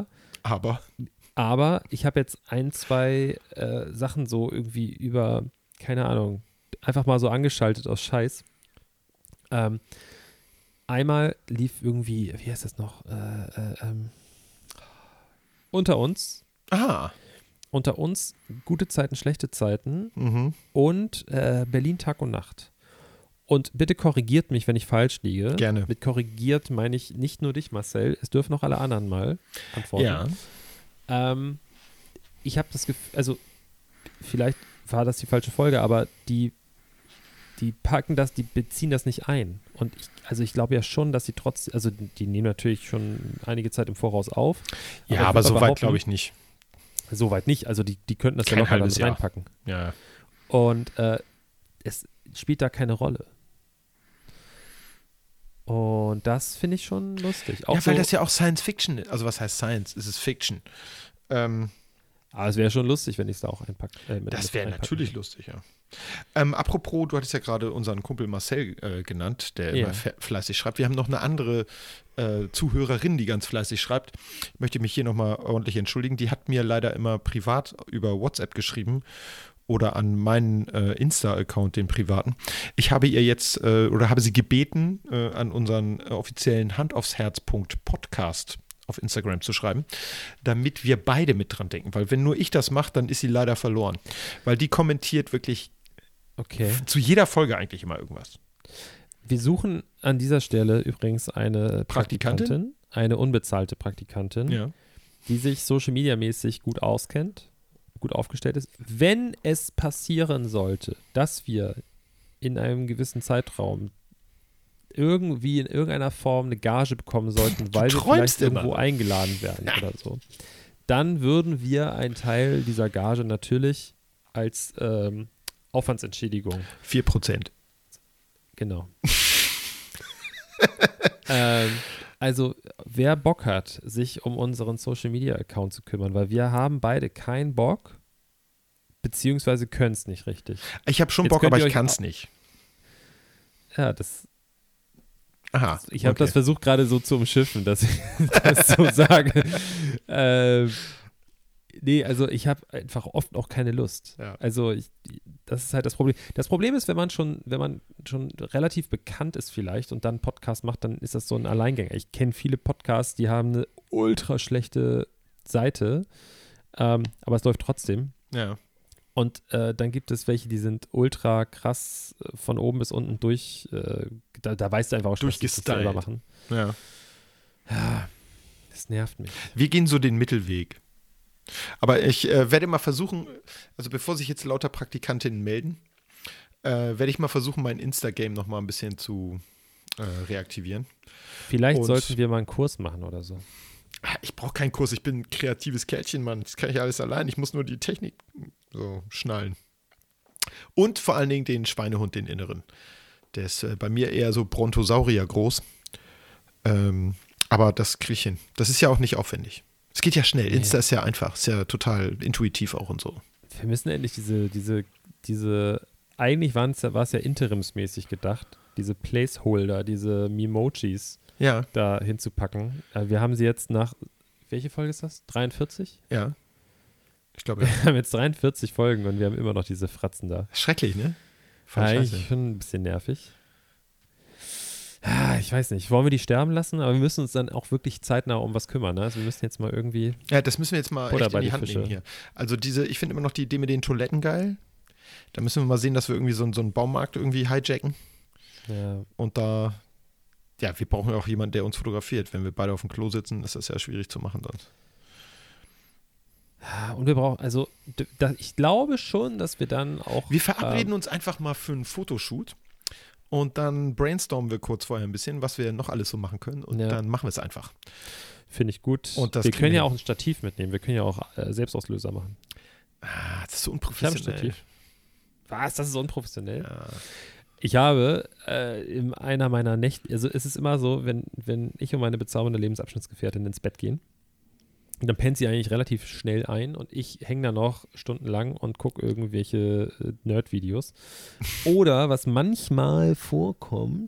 Aber? Aber ich habe jetzt ein, zwei äh, Sachen so irgendwie über, keine Ahnung, einfach mal so angeschaltet aus Scheiß. Ähm, einmal lief irgendwie, wie heißt das noch? Äh, äh, ähm, unter uns. Ah. Unter uns gute Zeiten, schlechte Zeiten Mhm. und äh, Berlin Tag und Nacht. Und bitte korrigiert mich, wenn ich falsch liege. Gerne. Mit korrigiert meine ich nicht nur dich, Marcel. Es dürfen auch alle anderen mal antworten. Ja. Ähm, ich habe das Gefühl, also vielleicht war das die falsche Folge, aber die, die packen das, die beziehen das nicht ein. Und ich, also ich glaube ja schon, dass sie trotzdem, also die nehmen natürlich schon einige Zeit im Voraus auf. Ja, ich aber würde so weit behaupten, glaube ich nicht. So weit nicht. Also die, die könnten das Kein ja locker halbes damit Jahr. reinpacken. Ja. Und äh, es spielt da keine Rolle. Und das finde ich schon lustig. Auch Ja, weil so, das ja auch Science Fiction ist. Also was heißt Science? Es ist Fiction. Ähm, aber es wäre schon lustig, wenn ich es da auch einpacke. Äh, mit- das mit wäre reinpacken natürlich würde. lustig, ja. Ähm, apropos, du hattest ja gerade unseren Kumpel Marcel äh, genannt, der Ja. immer fe- fleißig schreibt. Wir haben noch eine andere äh, Zuhörerin, die ganz fleißig schreibt. Ich möchte mich hier nochmal ordentlich entschuldigen. Die hat mir leider immer privat über WhatsApp geschrieben oder an meinen äh, Insta-Account, den privaten. Ich habe ihr jetzt äh, oder habe sie gebeten, äh, an unseren äh, offiziellen Hand aufs Herz Punkt Podcast auf Instagram zu schreiben, damit wir beide mit dran denken. Weil wenn nur ich das mache, dann ist sie leider verloren. Weil die kommentiert wirklich Okay. zu jeder Folge eigentlich immer irgendwas. Wir suchen an dieser Stelle übrigens eine Praktikantin? Praktikantin, eine unbezahlte Praktikantin, Ja. die sich Social Media mäßig gut auskennt, gut aufgestellt ist. Wenn es passieren sollte, dass wir in einem gewissen Zeitraum irgendwie in irgendeiner Form eine Gage bekommen sollten, weil wir träumst vielleicht immer. irgendwo eingeladen werden Ja. oder so, dann würden wir einen Teil dieser Gage natürlich als ähm, Aufwandsentschädigung, vier Prozent. genau. ähm, also wer Bock hat, sich um unseren Social Media Account zu kümmern, weil wir haben beide keinen Bock, beziehungsweise können es nicht richtig. Ich habe schon Jetzt Bock, könnt aber ihr ich euch kann es au- nicht. Ja, das, Aha. ich habe okay. das versucht gerade so zu umschiffen, dass ich das so sage. Ähm, nee, also ich habe einfach oft auch keine Lust. Ja. Also ich, das ist halt das Problem. Das Problem ist, wenn man schon, wenn man schon relativ bekannt ist vielleicht und dann einen Podcast macht, dann ist das so ein Alleingänger. Ich kenne viele Podcasts, die haben eine ultra schlechte Seite, ähm, aber es läuft trotzdem. Ja. Und äh, dann gibt es welche, die sind ultra krass äh, von oben bis unten durch, äh, da, da weißt du einfach auch schon, dass die es nicht selber Durchgestylt. machen. ja. Ja, das nervt mich. Wir gehen so den Mittelweg. Aber ich äh, werde mal versuchen, also bevor sich jetzt lauter Praktikantinnen melden, äh, werde ich mal versuchen, mein Insta-Game noch mal ein bisschen zu äh, reaktivieren. Vielleicht Und- sollten wir mal einen Kurs machen oder so. Ich brauche keinen Kurs, ich bin ein kreatives Kerlchen, Mann. Das kann ich alles allein. Ich muss nur die Technik so schnallen. Und vor allen Dingen den Schweinehund, den inneren. Der ist äh, bei mir eher so Brontosaurier groß. Ähm, aber das kriege ich hin. Das ist ja auch nicht aufwendig. Es geht ja schnell. Nee. Insta ist ja einfach. Ist ja total intuitiv auch und so. Wir müssen endlich diese, diese, diese, eigentlich waren es ja, war es ja interimsmäßig gedacht, diese Placeholder, diese Memojis Ja, da hinzupacken. Äh, Wir haben sie jetzt nach, welche Folge ist das? dreiundvierzig? ja. Ich glaube, ja. Wir haben jetzt dreiundvierzig Folgen und wir haben immer noch diese Fratzen da. Schrecklich, ne? Voll Eigentlich scheiße. schon ein bisschen nervig. Ah, ich weiß nicht, wollen wir die sterben lassen? Aber wir müssen uns dann auch wirklich zeitnah um was kümmern. Ne? Also wir müssen jetzt mal irgendwie, Ja, das müssen wir jetzt mal Butter echt bei in die die Hand Fische. nehmen hier. Also diese, ich finde immer noch die Idee mit den Toiletten geil. Da müssen wir mal sehen, dass wir irgendwie so, so einen Baumarkt irgendwie hijacken. ja, Und da, ja, wir brauchen ja auch jemanden, der uns fotografiert. Wenn wir beide auf dem Klo sitzen, ist das ja schwierig zu machen sonst. und wir brauchen, also d- da, ich glaube schon, dass wir dann auch Wir verabreden ähm, uns einfach mal für einen Fotoshoot und dann brainstormen wir kurz vorher ein bisschen, was wir noch alles so machen können und Ja. dann machen wir es einfach. finde ich gut. Und das wir kriegen können wir ja hin. auch ein Stativ mitnehmen. Wir können ja auch äh, Selbstauslöser machen. Ah, das ist so Ich habe ein unprofessionell. Stativ. Was? Das ist unprofessionell? Ja. Ich habe äh, in einer meiner Nächte, also es ist immer so, wenn, wenn ich und meine bezaubernde Lebensabschnittsgefährtin ins Bett gehen, dann pennt sie eigentlich relativ schnell ein und ich hänge da noch stundenlang und gucke irgendwelche äh, Nerd-Videos. Oder was manchmal vorkommt,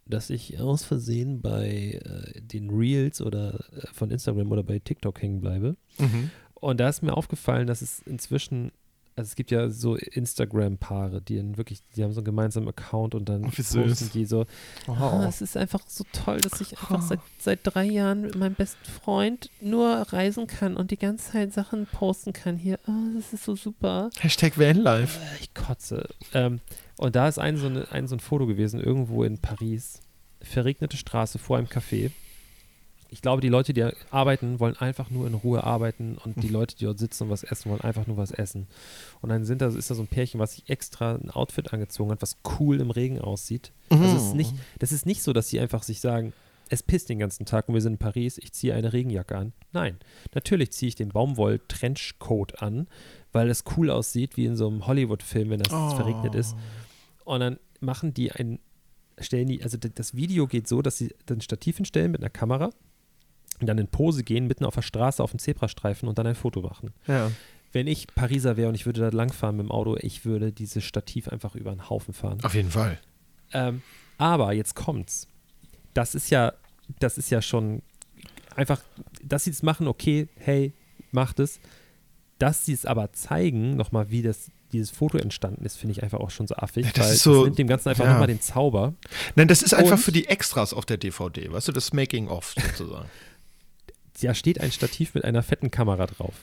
dass ich aus Versehen bei äh, den Reels oder äh, von Instagram oder bei TikTok hängen bleibe. Mhm. Und da ist mir aufgefallen, dass es inzwischen, also es gibt ja so Instagram-Paare, die dann wirklich, die haben so einen gemeinsamen Account und dann Oh, wie posten süß. die so, Oh. ah, es ist einfach so toll, dass ich einfach seit, seit drei Jahren mit meinem besten Freund nur reisen kann und die ganze Zeit Sachen posten kann hier. Oh, das ist so super. Hashtag Vanlife. Äh, Ich kotze. Ähm, und da ist ein so, eine, ein so ein Foto gewesen, irgendwo in Paris. Verregnete Straße vor einem Café. Ich glaube, die Leute, die arbeiten, wollen einfach nur in Ruhe arbeiten und die Leute, die dort sitzen und was essen, wollen einfach nur was essen. Und dann sind da, ist da so ein Pärchen, was sich extra ein Outfit angezogen hat, was cool im Regen aussieht. Also es ist nicht, das ist nicht so, dass sie einfach sich sagen, es pisst den ganzen Tag und wir sind in Paris, ich ziehe eine Regenjacke an. Nein, natürlich ziehe ich den Baumwoll-Trenchcoat an, weil es cool aussieht, wie in so einem Hollywood-Film, wenn das Oh. verregnet ist. Und dann machen die ein, stellen die, also d- das Video geht so, dass sie ein Stativ hinstellen mit einer Kamera und dann in Pose gehen, mitten auf der Straße auf dem Zebrastreifen und dann ein Foto machen. Ja. Wenn ich Pariser wäre und ich würde da langfahren mit dem Auto, ich würde dieses Stativ einfach über einen Haufen fahren. Auf jeden Fall. Ähm, aber jetzt kommt's. Das ist ja, das ist ja schon einfach, dass sie es machen, okay, hey, macht es. Dass sie es aber zeigen, nochmal, wie das, dieses Foto entstanden ist, finde ich einfach auch schon so affig, Ja, das weil ist so- das nimmt dem Ganzen einfach ja. nochmal den Zauber. Nein, das ist einfach Und- für die Extras auf der D V D, weißt du, das Making-of sozusagen. Da steht ein Stativ mit einer fetten Kamera drauf.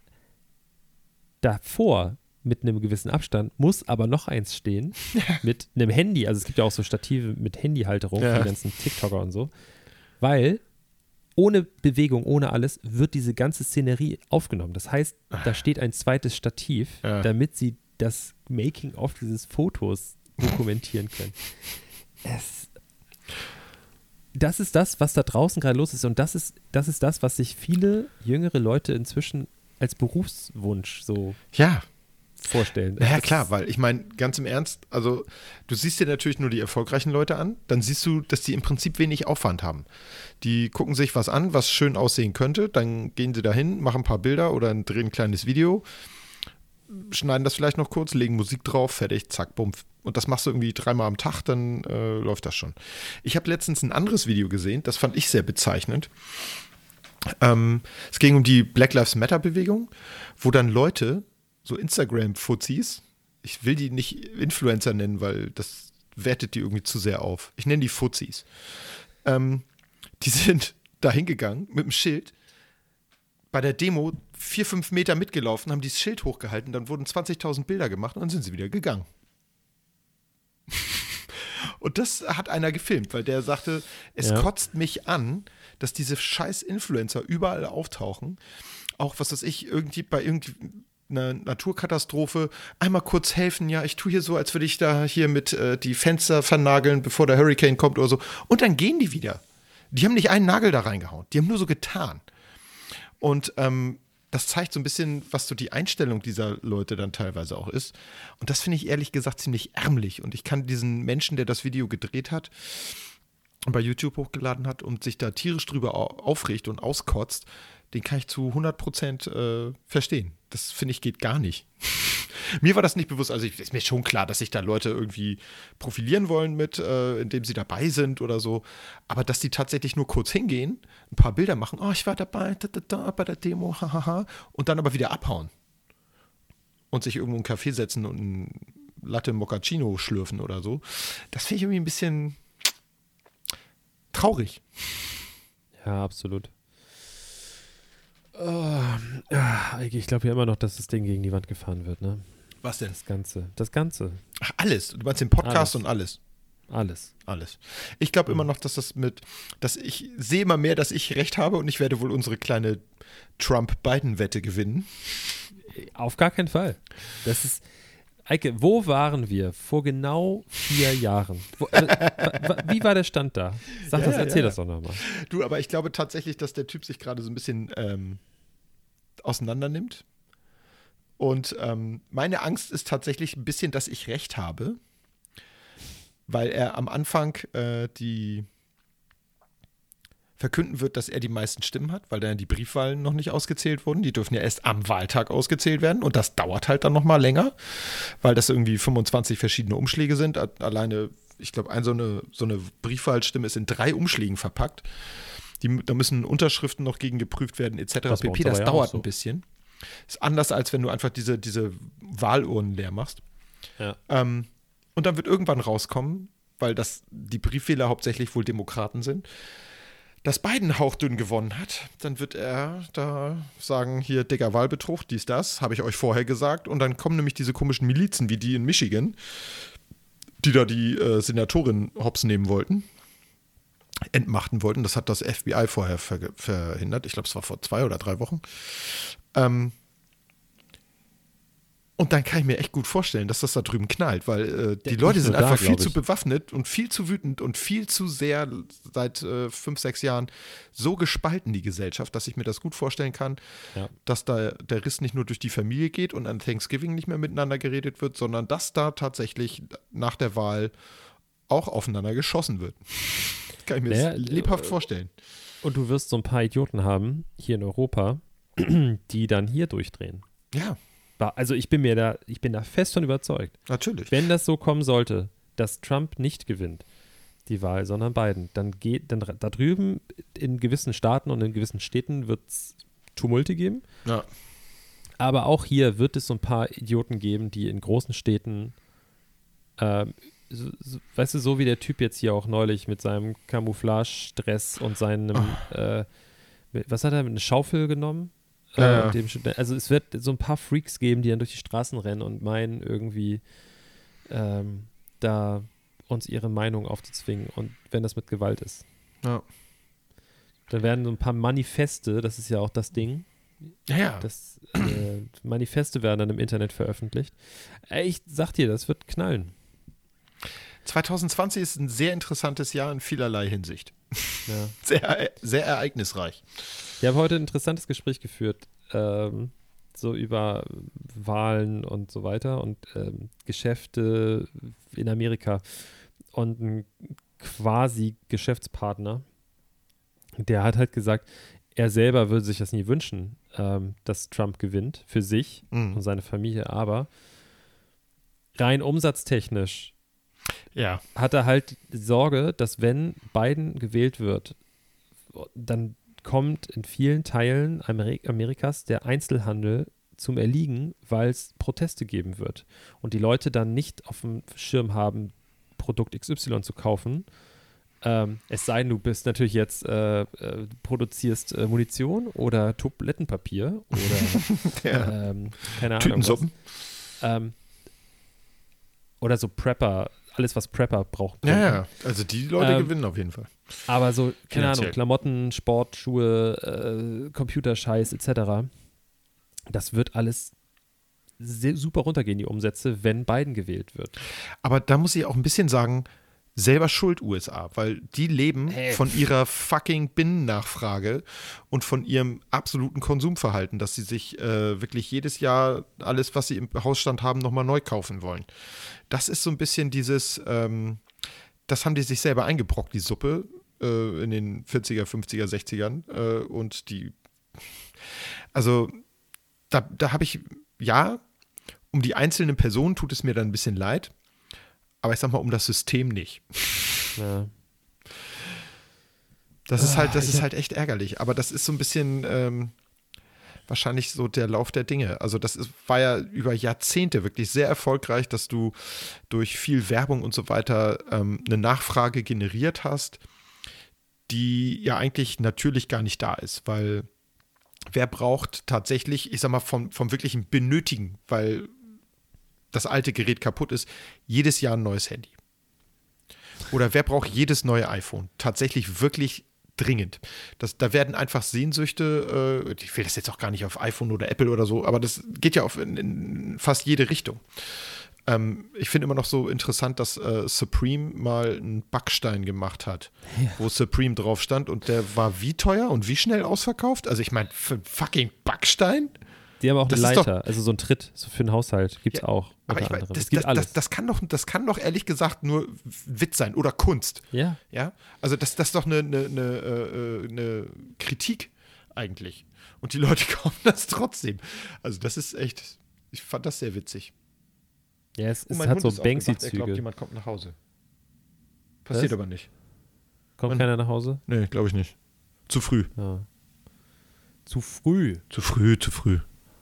Davor, mit einem gewissen Abstand, muss aber noch eins stehen, mit einem Handy. Also es gibt ja auch so Stative mit Handyhalterung Ja. für die ganzen TikToker und so. Weil ohne Bewegung, ohne alles, wird diese ganze Szenerie aufgenommen. Das heißt, da steht ein zweites Stativ, Ja. damit sie das Making-of dieses Fotos dokumentieren können. Es, das ist das, was da draußen gerade los ist. Und das ist, das ist das, was sich viele jüngere Leute inzwischen als Berufswunsch so Ja, vorstellen. ja Das klar, ist- weil ich meine, ganz im Ernst, also du siehst dir natürlich nur die erfolgreichen Leute an, dann siehst du, dass die im Prinzip wenig Aufwand haben. Die gucken sich was an, was schön aussehen könnte, dann gehen sie dahin, machen ein paar Bilder oder drehen ein kleines Video, schneiden das vielleicht noch kurz, legen Musik drauf, fertig, zack, bumm. Und das machst du irgendwie dreimal am Tag, dann äh, läuft das schon. Ich habe letztens ein anderes Video gesehen, das fand ich sehr bezeichnend. Ähm, es ging um die Black Lives Matter-Bewegung, wo dann Leute, so Instagram-Fuzis, ich will die nicht Influencer nennen, weil das wertet die irgendwie zu sehr auf. Ich nenne die Fuzis. Ähm, die sind da hingegangen mit dem Schild, bei der Demo vier, fünf Meter mitgelaufen, haben dieses Schild hochgehalten, dann wurden zwanzigtausend Bilder gemacht und dann sind sie wieder gegangen. Und das hat einer gefilmt, weil der sagte, es Ja. kotzt mich an, dass diese scheiß Influencer überall auftauchen. Auch, was weiß ich, irgendwie bei irgendeiner Naturkatastrophe einmal kurz helfen. Ja, ich tue hier so, als würde ich da hier mit äh, die Fenster vernageln, bevor der Hurricane kommt oder so. Und dann gehen die wieder. Die haben nicht einen Nagel da reingehauen. Die haben nur so getan. Und ähm, das zeigt so ein bisschen, was so die Einstellung dieser Leute dann teilweise auch ist. Und das finde ich ehrlich gesagt ziemlich ärmlich. Und ich kann diesen Menschen, der das Video gedreht hat, bei YouTube hochgeladen hat und sich da tierisch drüber au- aufregt und auskotzt, den kann ich zu hundert Prozent äh, verstehen. Das finde ich geht gar nicht. Mir war das nicht bewusst, also ich, ist mir schon klar, dass sich da Leute irgendwie profilieren wollen mit, äh, indem sie dabei sind oder so. Aber dass die tatsächlich nur kurz hingehen, ein paar Bilder machen, oh, ich war dabei, da, da, da, bei der Demo, hahaha, und dann aber wieder abhauen. Und sich irgendwo in einen Café setzen und ein Latte Moccacino schlürfen oder so. Das finde ich irgendwie ein bisschen traurig. Ja, absolut. Oh, ah, ich glaube ja immer noch, dass das Ding gegen die Wand gefahren wird, ne? Was denn? Das Ganze. Das Ganze. Ach, alles. Du meinst den Podcast Alles. und alles. Alles. Alles. Ich glaube immer noch, dass das mit, dass ich sehe immer mehr, dass ich recht habe und ich werde wohl unsere kleine Trump-Biden-Wette gewinnen. Auf gar keinen Fall. Das ist. Eike, wo waren wir vor genau vier Jahren? Wo, also, wa- wa- wie war der Stand da? Sag Ja, das, ja, erzähl ja. das doch nochmal. Du, aber ich glaube tatsächlich, dass der Typ sich gerade so ein bisschen ähm, auseinander nimmt. Und ähm, meine Angst ist tatsächlich ein bisschen, dass ich recht habe, weil er am Anfang äh, die verkünden wird, dass er die meisten Stimmen hat, weil dann die Briefwahlen noch nicht ausgezählt wurden. Die dürfen ja erst am Wahltag ausgezählt werden und das dauert halt dann noch mal länger, weil das irgendwie fünfundzwanzig verschiedene Umschläge sind. Alleine, ich glaube, ein, so, eine, so eine Briefwahlstimme ist in drei Umschlägen verpackt. Die, da müssen Unterschriften noch gegen geprüft werden et cetera pp. Das dauert so ein bisschen. Ist anders, als wenn du einfach diese, diese Wahlurnen leer machst. Ja. Ähm, und dann wird irgendwann rauskommen, weil das die Briefwähler hauptsächlich wohl Demokraten sind, dass Biden hauchdünn gewonnen hat. Dann wird er da sagen, hier, dicker Wahlbetrug, dies, das, habe ich euch vorher gesagt. Und dann kommen nämlich diese komischen Milizen wie die in Michigan, die da die äh, Senatorin hops nehmen wollten, entmachten wollten. Das hat das F B I vorher ver- verhindert. Ich glaube, es war vor zwei oder drei Wochen. Ähm, und dann kann ich mir echt gut vorstellen, dass das da drüben knallt, weil äh, die Nicht Leute nur sind da, einfach viel glaub ich. zu bewaffnet und viel zu wütend und viel zu sehr seit äh, fünf, sechs Jahren so gespalten, die Gesellschaft, dass ich mir das gut vorstellen kann, Ja. dass da der Riss nicht nur durch die Familie geht und an Thanksgiving nicht mehr miteinander geredet wird, sondern dass da tatsächlich nach der Wahl auch aufeinander geschossen wird. Kann ich mir Naja, das lebhaft äh, vorstellen. Und du wirst so ein paar Idioten haben, hier in Europa, die dann hier durchdrehen. Ja, Ba- Also ich bin mir da, ich bin da fest von überzeugt. natürlich. Wenn das so kommen sollte, dass Trump nicht gewinnt, die Wahl, sondern Biden, dann geht, dann da drüben in gewissen Staaten und in gewissen Städten wird es Tumulte geben. Ja. Aber auch hier wird es so ein paar Idioten geben, die in großen Städten, ähm, so, so, weißt du, so wie der Typ jetzt hier auch neulich mit seinem Camouflage-Dress und seinem, äh, mit, was hat er, mit einer Schaufel genommen? Äh, Ja, ja. und dem, also es wird so ein paar Freaks geben, die dann durch die Straßen rennen und meinen irgendwie ähm, da uns ihre Meinung aufzuzwingen und wenn das mit Gewalt ist. Ja. Dann werden so ein paar Manifeste, das ist ja auch das Ding, Ja, ja. das äh, Manifeste werden dann im Internet veröffentlicht. Ey, ich sag dir, das wird knallen. zwanzig zwanzig ist ein sehr interessantes Jahr in vielerlei Hinsicht. Ja. Sehr, sehr ereignisreich. Ich habe heute ein interessantes Gespräch geführt, ähm, so über Wahlen und so weiter und ähm, Geschäfte in Amerika. Und ein quasi Geschäftspartner, der hat halt gesagt, er selber würde sich das nie wünschen, ähm, dass Trump gewinnt für sich Mhm. und seine Familie, aber rein umsatztechnisch Ja. hat er halt Sorge, dass wenn Biden gewählt wird, dann kommt in vielen Teilen Ameri- Amerikas der Einzelhandel zum Erliegen, weil es Proteste geben wird und die Leute dann nicht auf dem Schirm haben, Produkt X Y zu kaufen. Ähm, es sei denn, du bist natürlich jetzt, äh, äh, produzierst äh, Munition oder Toilettenpapier oder Ja. ähm, keine Ahnung. Tütensuppen. Was. Ähm, oder so Prepper, alles was Prepper braucht. Ja, ja. Also die Leute Ähm, gewinnen auf jeden Fall. Aber so, keine Finanziell. Ahnung, Klamotten, Sport, Schuhe, äh, Computerscheiß et cetera. Das wird alles sehr, super runtergehen, die Umsätze, wenn Biden gewählt wird. Aber da muss ich auch ein bisschen sagen, selber schuld U S A, weil die leben Hey. von ihrer fucking Binnennachfrage und von ihrem absoluten Konsumverhalten, dass sie sich äh, wirklich jedes Jahr alles, was sie im Hausstand haben, nochmal neu kaufen wollen. Das ist so ein bisschen dieses, ähm, das haben die sich selber eingebrockt, die Suppe äh, in den vierziger, fünfziger, sechzigern äh, und die, also da, da habe ich, ja, um die einzelnen Personen tut es mir dann ein bisschen leid, aber ich sag mal, um das System nicht. Ja. Das ist halt, das Ah, ist ja. halt echt ärgerlich. Aber das ist so ein bisschen ähm, wahrscheinlich so der Lauf der Dinge. Also das ist, war ja über Jahrzehnte wirklich sehr erfolgreich, dass du durch viel Werbung und so weiter ähm, eine Nachfrage generiert hast, die ja eigentlich natürlich gar nicht da ist, weil wer braucht tatsächlich, ich sag mal, vom, vom wirklichen Benötigen, weil das alte Gerät kaputt ist, jedes Jahr ein neues Handy. Oder wer braucht jedes neue iPhone? Tatsächlich wirklich dringend. Das, da werden einfach Sehnsüchte, äh, ich will das jetzt auch gar nicht auf iPhone oder Apple oder so, aber das geht ja auf in, in fast jede Richtung. Ähm, ich finde immer noch so interessant, dass äh, Supreme mal einen Backstein gemacht hat, Ja. wo Supreme drauf stand und der war wie teuer und wie schnell ausverkauft? Also ich meine, für fucking Backstein? Die haben auch Das eine ist doch- Leiter, also so ein Tritt, so für einen Haushalt gibt es Ja, auch. Aber unter ich meine, anderem. das, es gibt das, alles. das, das, kann doch, das kann doch ehrlich gesagt nur Witz sein oder Kunst. ja, Ja, also das, das ist doch eine, eine, eine, äh, eine Kritik eigentlich. Und die Leute kaufen das trotzdem. Also das ist echt, ich fand das sehr witzig. ja, es, Oh, es mein hat Hund so ist aufgewacht. Er glaubt, Banksy-Züge. jemand kommt nach Hause. Passiert Was? aber nicht. Kommt Mann. keiner nach Hause? Nee, glaube ich nicht. Zu früh. Ja. Zu früh. Zu früh, zu früh.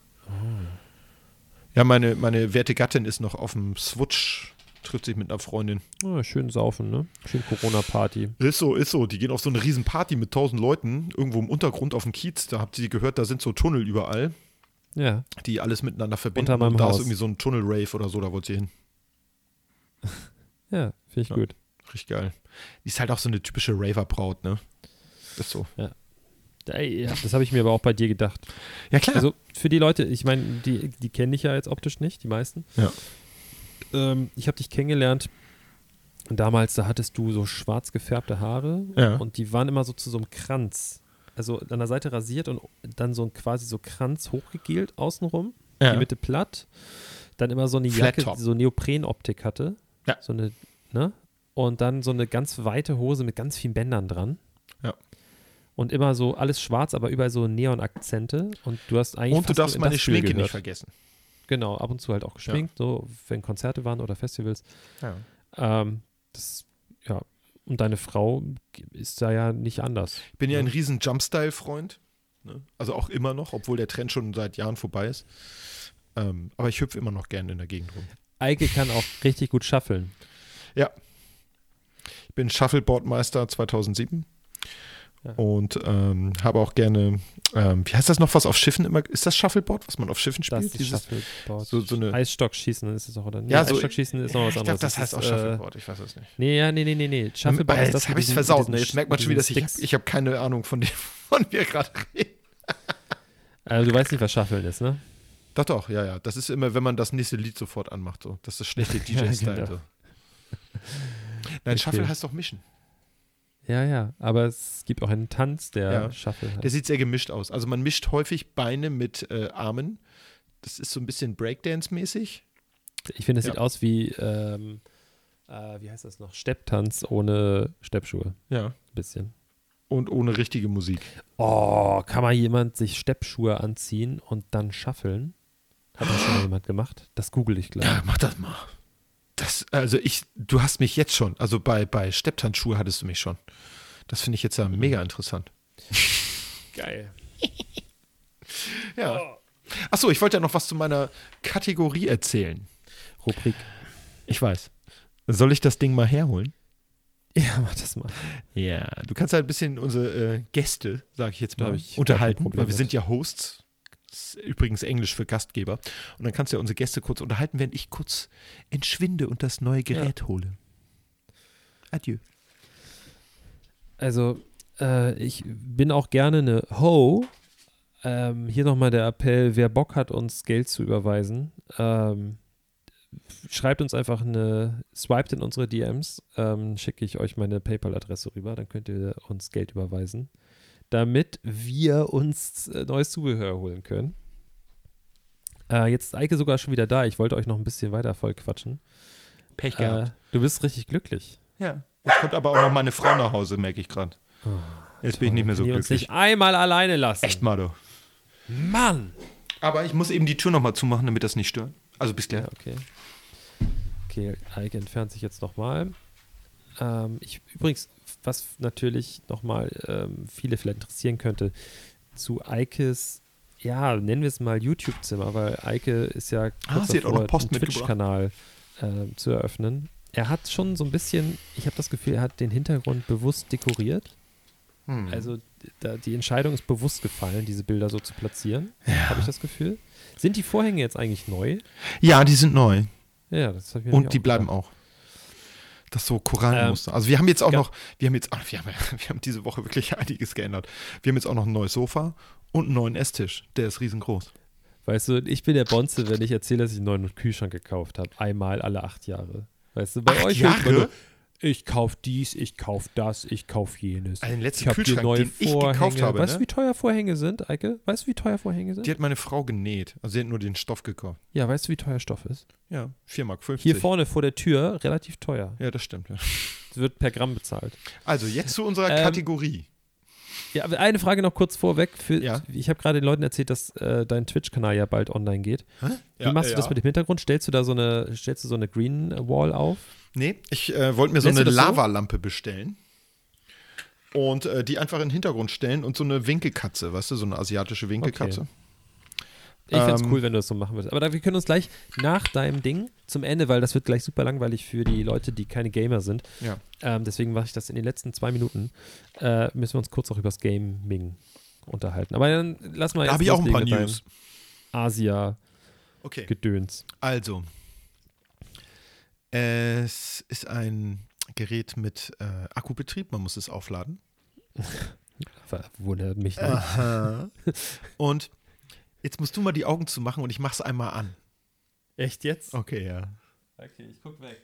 Ja, meine, meine werte Gattin ist noch auf dem Switch, trifft sich mit einer Freundin. Oh, schön saufen, ne? Schön Corona-Party. Ist so, ist so. Die gehen auf so eine riesen Party mit tausend Leuten, irgendwo im Untergrund auf dem Kiez. Da habt ihr gehört, da sind so Tunnel überall, Ja. die alles miteinander verbinden. Unter meinem Und da Haus. ist irgendwie so ein Tunnel-Rave oder so, da wollt ihr hin. Ja, finde ich Ja. gut. Richtig geil. Die ist halt auch so eine typische Raver-Braut, ne? Ist so. Ey, ja, das habe ich mir aber auch bei dir gedacht. Ja, klar. Also für die Leute, ich meine, die, die kenne ich ja jetzt optisch nicht, die meisten. Ja. Ähm, ich habe dich kennengelernt. Damals, da hattest du so schwarz gefärbte Haare Ja. und die waren immer so zu so einem Kranz. Also an der Seite rasiert und dann so ein quasi so Kranz hochgegelt außenrum, ja. die Mitte platt. Dann immer so eine Flat Jacke, Top. die so Neoprenoptik hatte. Ja. So eine, ne? Und dann so eine ganz weite Hose mit ganz vielen Bändern dran. Ja. Und immer so alles schwarz, aber überall so Neon-Akzente. Und du hast eigentlich Und du fast darfst nur meine Industrial Schminke nicht gehört. vergessen. Genau, ab und zu halt auch geschminkt, so wenn Konzerte waren oder Festivals. Ja. Ähm, das, ja. Und deine Frau ist da ja nicht anders. Ich bin ja Ja. ein riesen Jumpstyle-Freund. Ne? Also auch immer noch, obwohl der Trend schon seit Jahren vorbei ist. Ähm, aber ich hüpfe immer noch gerne in der Gegend rum. Eike kann auch richtig gut schaffeln. Ich bin Shuffleboardmeister zweitausendsieben Ja. und ähm, habe auch gerne, ähm, wie heißt das noch, was auf Schiffen immer, ist das Shuffleboard, was man auf Schiffen Das spielt? ist Shuffleboard. so, so eine, Eisstockschießen ist es auch, oder? Nee, Ja, so- Eisstockschießen ist noch was ich anderes. glaube, das heißt auch ist, Shuffleboard, ich weiß es nicht. Äh, nee, ja, nee, nee, nee, nee. Shuffleboard Äh, ist das jetzt habe mit ich es diesen- versaut, mit ne? diesen Jetzt merkt man Sch- schon wieder, dass ich Sticks. habe ich hab keine Ahnung von dem, von wir gerade reden. Äh, du weißt nicht, was Shuffeln ist, ne? Doch, doch, ja, ja. Das ist immer, wenn man das nächste Lied sofort anmacht, so. Das ist schlechte D J-Style. genau. so. Nein, Okay. Shuffle heißt doch mischen. Ja, ja. Aber es gibt auch einen Tanz, der Ja. Shuffle Der heißt. sieht sehr gemischt aus. Also man mischt häufig Beine mit äh, Armen. Das ist so ein bisschen Breakdance-mäßig. Ich finde, es Ja. sieht aus wie, ähm, äh, wie heißt das noch? Stepptanz ohne Steppschuhe. Ja. Ein bisschen. Und ohne richtige Musik. Oh, kann mal jemand sich Steppschuhe anziehen und dann schaffeln? Hat das schon mal jemand gemacht? Das google ich gleich. Ja, mach das mal. Das, also ich, du hast mich jetzt schon, also bei, bei Stepptanzschuhe hattest du mich schon. Das finde ich jetzt ja mega interessant. Geil. Ja. Achso, ich wollte ja noch was zu meiner Kategorie erzählen. Rubrik. Ich weiß. Soll ich das Ding mal herholen? Ja, mach das mal. Ja, du kannst halt ein bisschen unsere äh, Gäste, sage ich jetzt Da mal, hab ich gar kein unterhalten, Problem weil wir mit. sind ja Hosts. Das ist übrigens Englisch für Gastgeber. Und dann kannst du ja unsere Gäste kurz unterhalten, während ich kurz entschwinde und das neue Gerät hole. Adieu. Also, äh, ich bin auch gerne eine Ho. Ähm, hier nochmal der Appell, wer Bock hat, uns Geld zu überweisen, ähm, schreibt uns einfach eine, swiped in unsere D Ms, ähm, schicke ich euch meine PayPal-Adresse rüber, dann könnt ihr uns Geld überweisen, damit wir uns äh, neues Zubehör holen können. Äh, jetzt ist Eike sogar schon wieder da, ich wollte euch noch ein bisschen weiter voll quatschen. Pech Äh, du bist richtig glücklich. Ja. Jetzt kommt aber auch noch meine Frau nach Hause, merke ich gerade. Jetzt bin ich nicht mehr so Die uns glücklich. nicht einmal alleine lassen. Echt mal, du. Mann! Aber ich muss eben die Tür nochmal zumachen, damit das nicht stört. Also bis gleich. Ja, okay. Okay, Eike entfernt sich jetzt nochmal. Ähm, ich, übrigens, was natürlich nochmal ähm, viele vielleicht interessieren könnte, zu Eikes, ja, nennen wir es mal YouTube-Zimmer, weil Eike ist ja Ah, kurz sie hat auch davor, noch Post einen Twitch-Kanal äh, zu eröffnen. Er hat schon so ein bisschen, ich habe das Gefühl, er hat den Hintergrund bewusst dekoriert. Hm. Also da, die Entscheidung ist bewusst gefallen, diese Bilder so zu platzieren, Ja. habe ich das Gefühl. Sind die Vorhänge jetzt eigentlich neu? Ja, die sind neu. Ja, das habe ich mir Und nämlich die auch bleiben gedacht. auch. Das so Korallenmuster. also wir haben jetzt auch ja. noch, wir haben jetzt, ach, wir haben, wir haben diese Woche wirklich einiges geändert. Wir haben jetzt auch noch ein neues Sofa und einen neuen Esstisch. Der ist riesengroß. Weißt du, ich bin der Bonze, wenn ich erzähle, dass ich einen neuen Kühlschrank gekauft habe. Einmal alle acht Jahre. Weißt du, bei Acht euch hört man Jahre? nur, ich kauf dies, ich kauf das, ich kauf jenes. Den letzten ich habe dir Kühlschrank, neue den ich Vorhänge. gekauft habe, Weißt du, ne? wie teuer Vorhänge sind, Eike? Weißt du, wie teuer Vorhänge sind? Die hat meine Frau genäht. Also sie hat nur den Stoff gekauft. Ja, weißt du, wie teuer Stoff ist? Ja, vier Mark fünfzig. Hier vorne vor der Tür relativ teuer. Ja, das stimmt, ja. Es wird per Gramm bezahlt. Also, jetzt zu unserer Ähm, Kategorie. Ja, aber eine Frage noch kurz vorweg. Für, Ja. Ich habe gerade den Leuten erzählt, dass äh, dein Twitch-Kanal ja bald online geht. Hä? Wie Ja, machst äh, du das ja. mit dem Hintergrund? Stellst du da so eine, stellst du so eine Green Wall auf? Nee, ich äh, wollte mir so Lässt du eine das so? Lavalampe bestellen. Und äh, die einfach in den Hintergrund stellen und so eine Winkelkatze, weißt du, so eine asiatische Winkelkatze. Ich fände es Ähm, cool, wenn du das so machen würdest. Aber da, wir können uns gleich nach deinem Ding zum Ende, weil das wird gleich super langweilig für die Leute, die keine Gamer sind. Ja. Ähm, deswegen mache ich das in den letzten zwei Minuten. Äh, müssen wir uns kurz auch über das Gaming unterhalten. Aber dann lass mal Da jetzt habe ich auch ein paar loslegen mit News. deinem Okay. Asia-Gedöns. Also, es ist ein Gerät mit äh, Akkubetrieb, man muss es aufladen. Wundert mich nicht. Aha. Und jetzt musst du mal die Augen zumachen und ich mach's einmal an. Echt jetzt? Okay, ja. Okay, ich guck weg.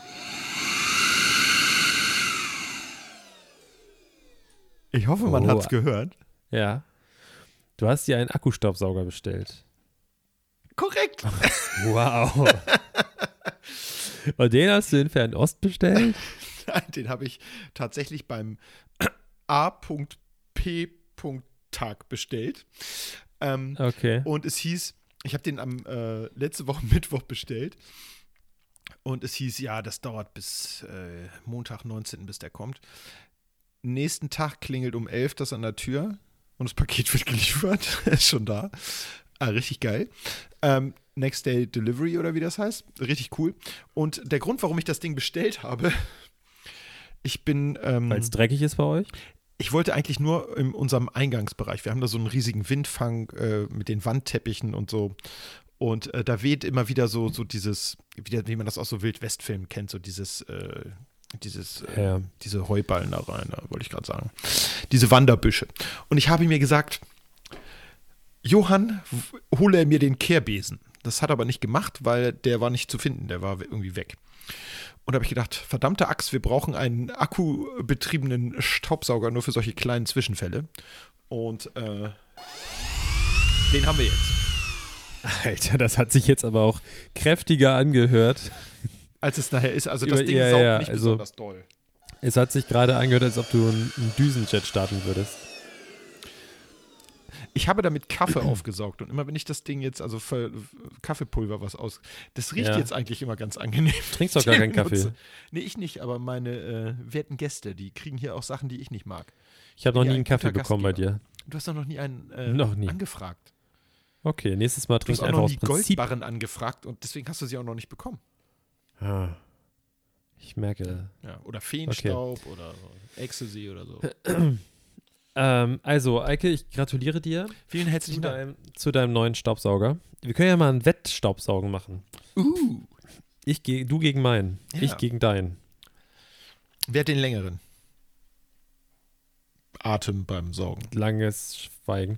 Ich hoffe, man Oh. hat's gehört. Ja. Du hast dir einen Akkustaubsauger bestellt. Korrekt. Wow. Und den hast du in Fernost bestellt? Nein, den habe ich tatsächlich beim A P Tag bestellt. Ähm, Okay. Und es hieß, ich habe den am äh, letzte Woche Mittwoch bestellt. Und es hieß, ja, das dauert bis äh, Montag, neunzehnten bis der kommt. Nächsten Tag klingelt um elf das an der Tür und das Paket wird geliefert. Ist schon da. Ah, richtig geil. Ähm, Next Day Delivery oder wie das heißt. Richtig cool. Und der Grund, warum ich das Ding bestellt habe, ich bin. Ähm, Weil es dreckig ist bei euch? Ich wollte eigentlich nur in unserem Eingangsbereich. Wir haben da so einen riesigen Windfang äh, mit den Wandteppichen und so. Und äh, da weht immer wieder so, so dieses, wie, wie man das aus so Wildwestfilmen kennt, so dieses, äh, dieses, äh, Ja. diese Heuballen da rein, da wollte ich gerade sagen. Diese Wanderbüsche. Und ich habe mir gesagt, Johann, w- hole mir den Kehrbesen. Das hat er aber nicht gemacht, weil der war nicht zu finden, der war irgendwie weg. Und da habe ich gedacht, verdammte Axt, wir brauchen einen akkubetriebenen Staubsauger nur für solche kleinen Zwischenfälle. Und äh, den haben wir jetzt. Alter, das hat sich jetzt aber auch kräftiger angehört. Als es nachher ist, also das Über- Ding ja, saugt ja, nicht also- besonders doll. Es hat sich gerade angehört, als ob du einen, einen Düsenjet starten würdest. Ich habe damit Kaffee aufgesaugt und immer wenn ich das Ding jetzt, also für Kaffeepulver was aus, das riecht Ja. jetzt eigentlich immer ganz angenehm. Du trinkst doch gar keinen Kaffee. Nutze. Nee, ich nicht, aber meine äh, werten Gäste, die kriegen hier auch Sachen, die ich nicht mag. Ich habe noch Ja, nie einen ein Kaffee guter bekommen bei dir. Du hast doch noch nie einen äh, Noch nie. angefragt. Okay, nächstes Mal Du trink hast auch einfach noch aus nie Prinzip. Goldbarren angefragt und deswegen hast du sie auch noch nicht bekommen. Ah, ich merke. Ja, oder Feenstaub oder so, Ecstasy oder so. Ähm, also, Eike, ich gratuliere dir Vielen zu herzlichen Dank. deinem, zu deinem neuen Staubsauger. Wir können ja mal einen Wettstaubsaugen machen. Uh. Ich ge du gegen meinen. Ja. Ich gegen deinen. Wer hat den längeren Atem beim Saugen? Langes Schweigen.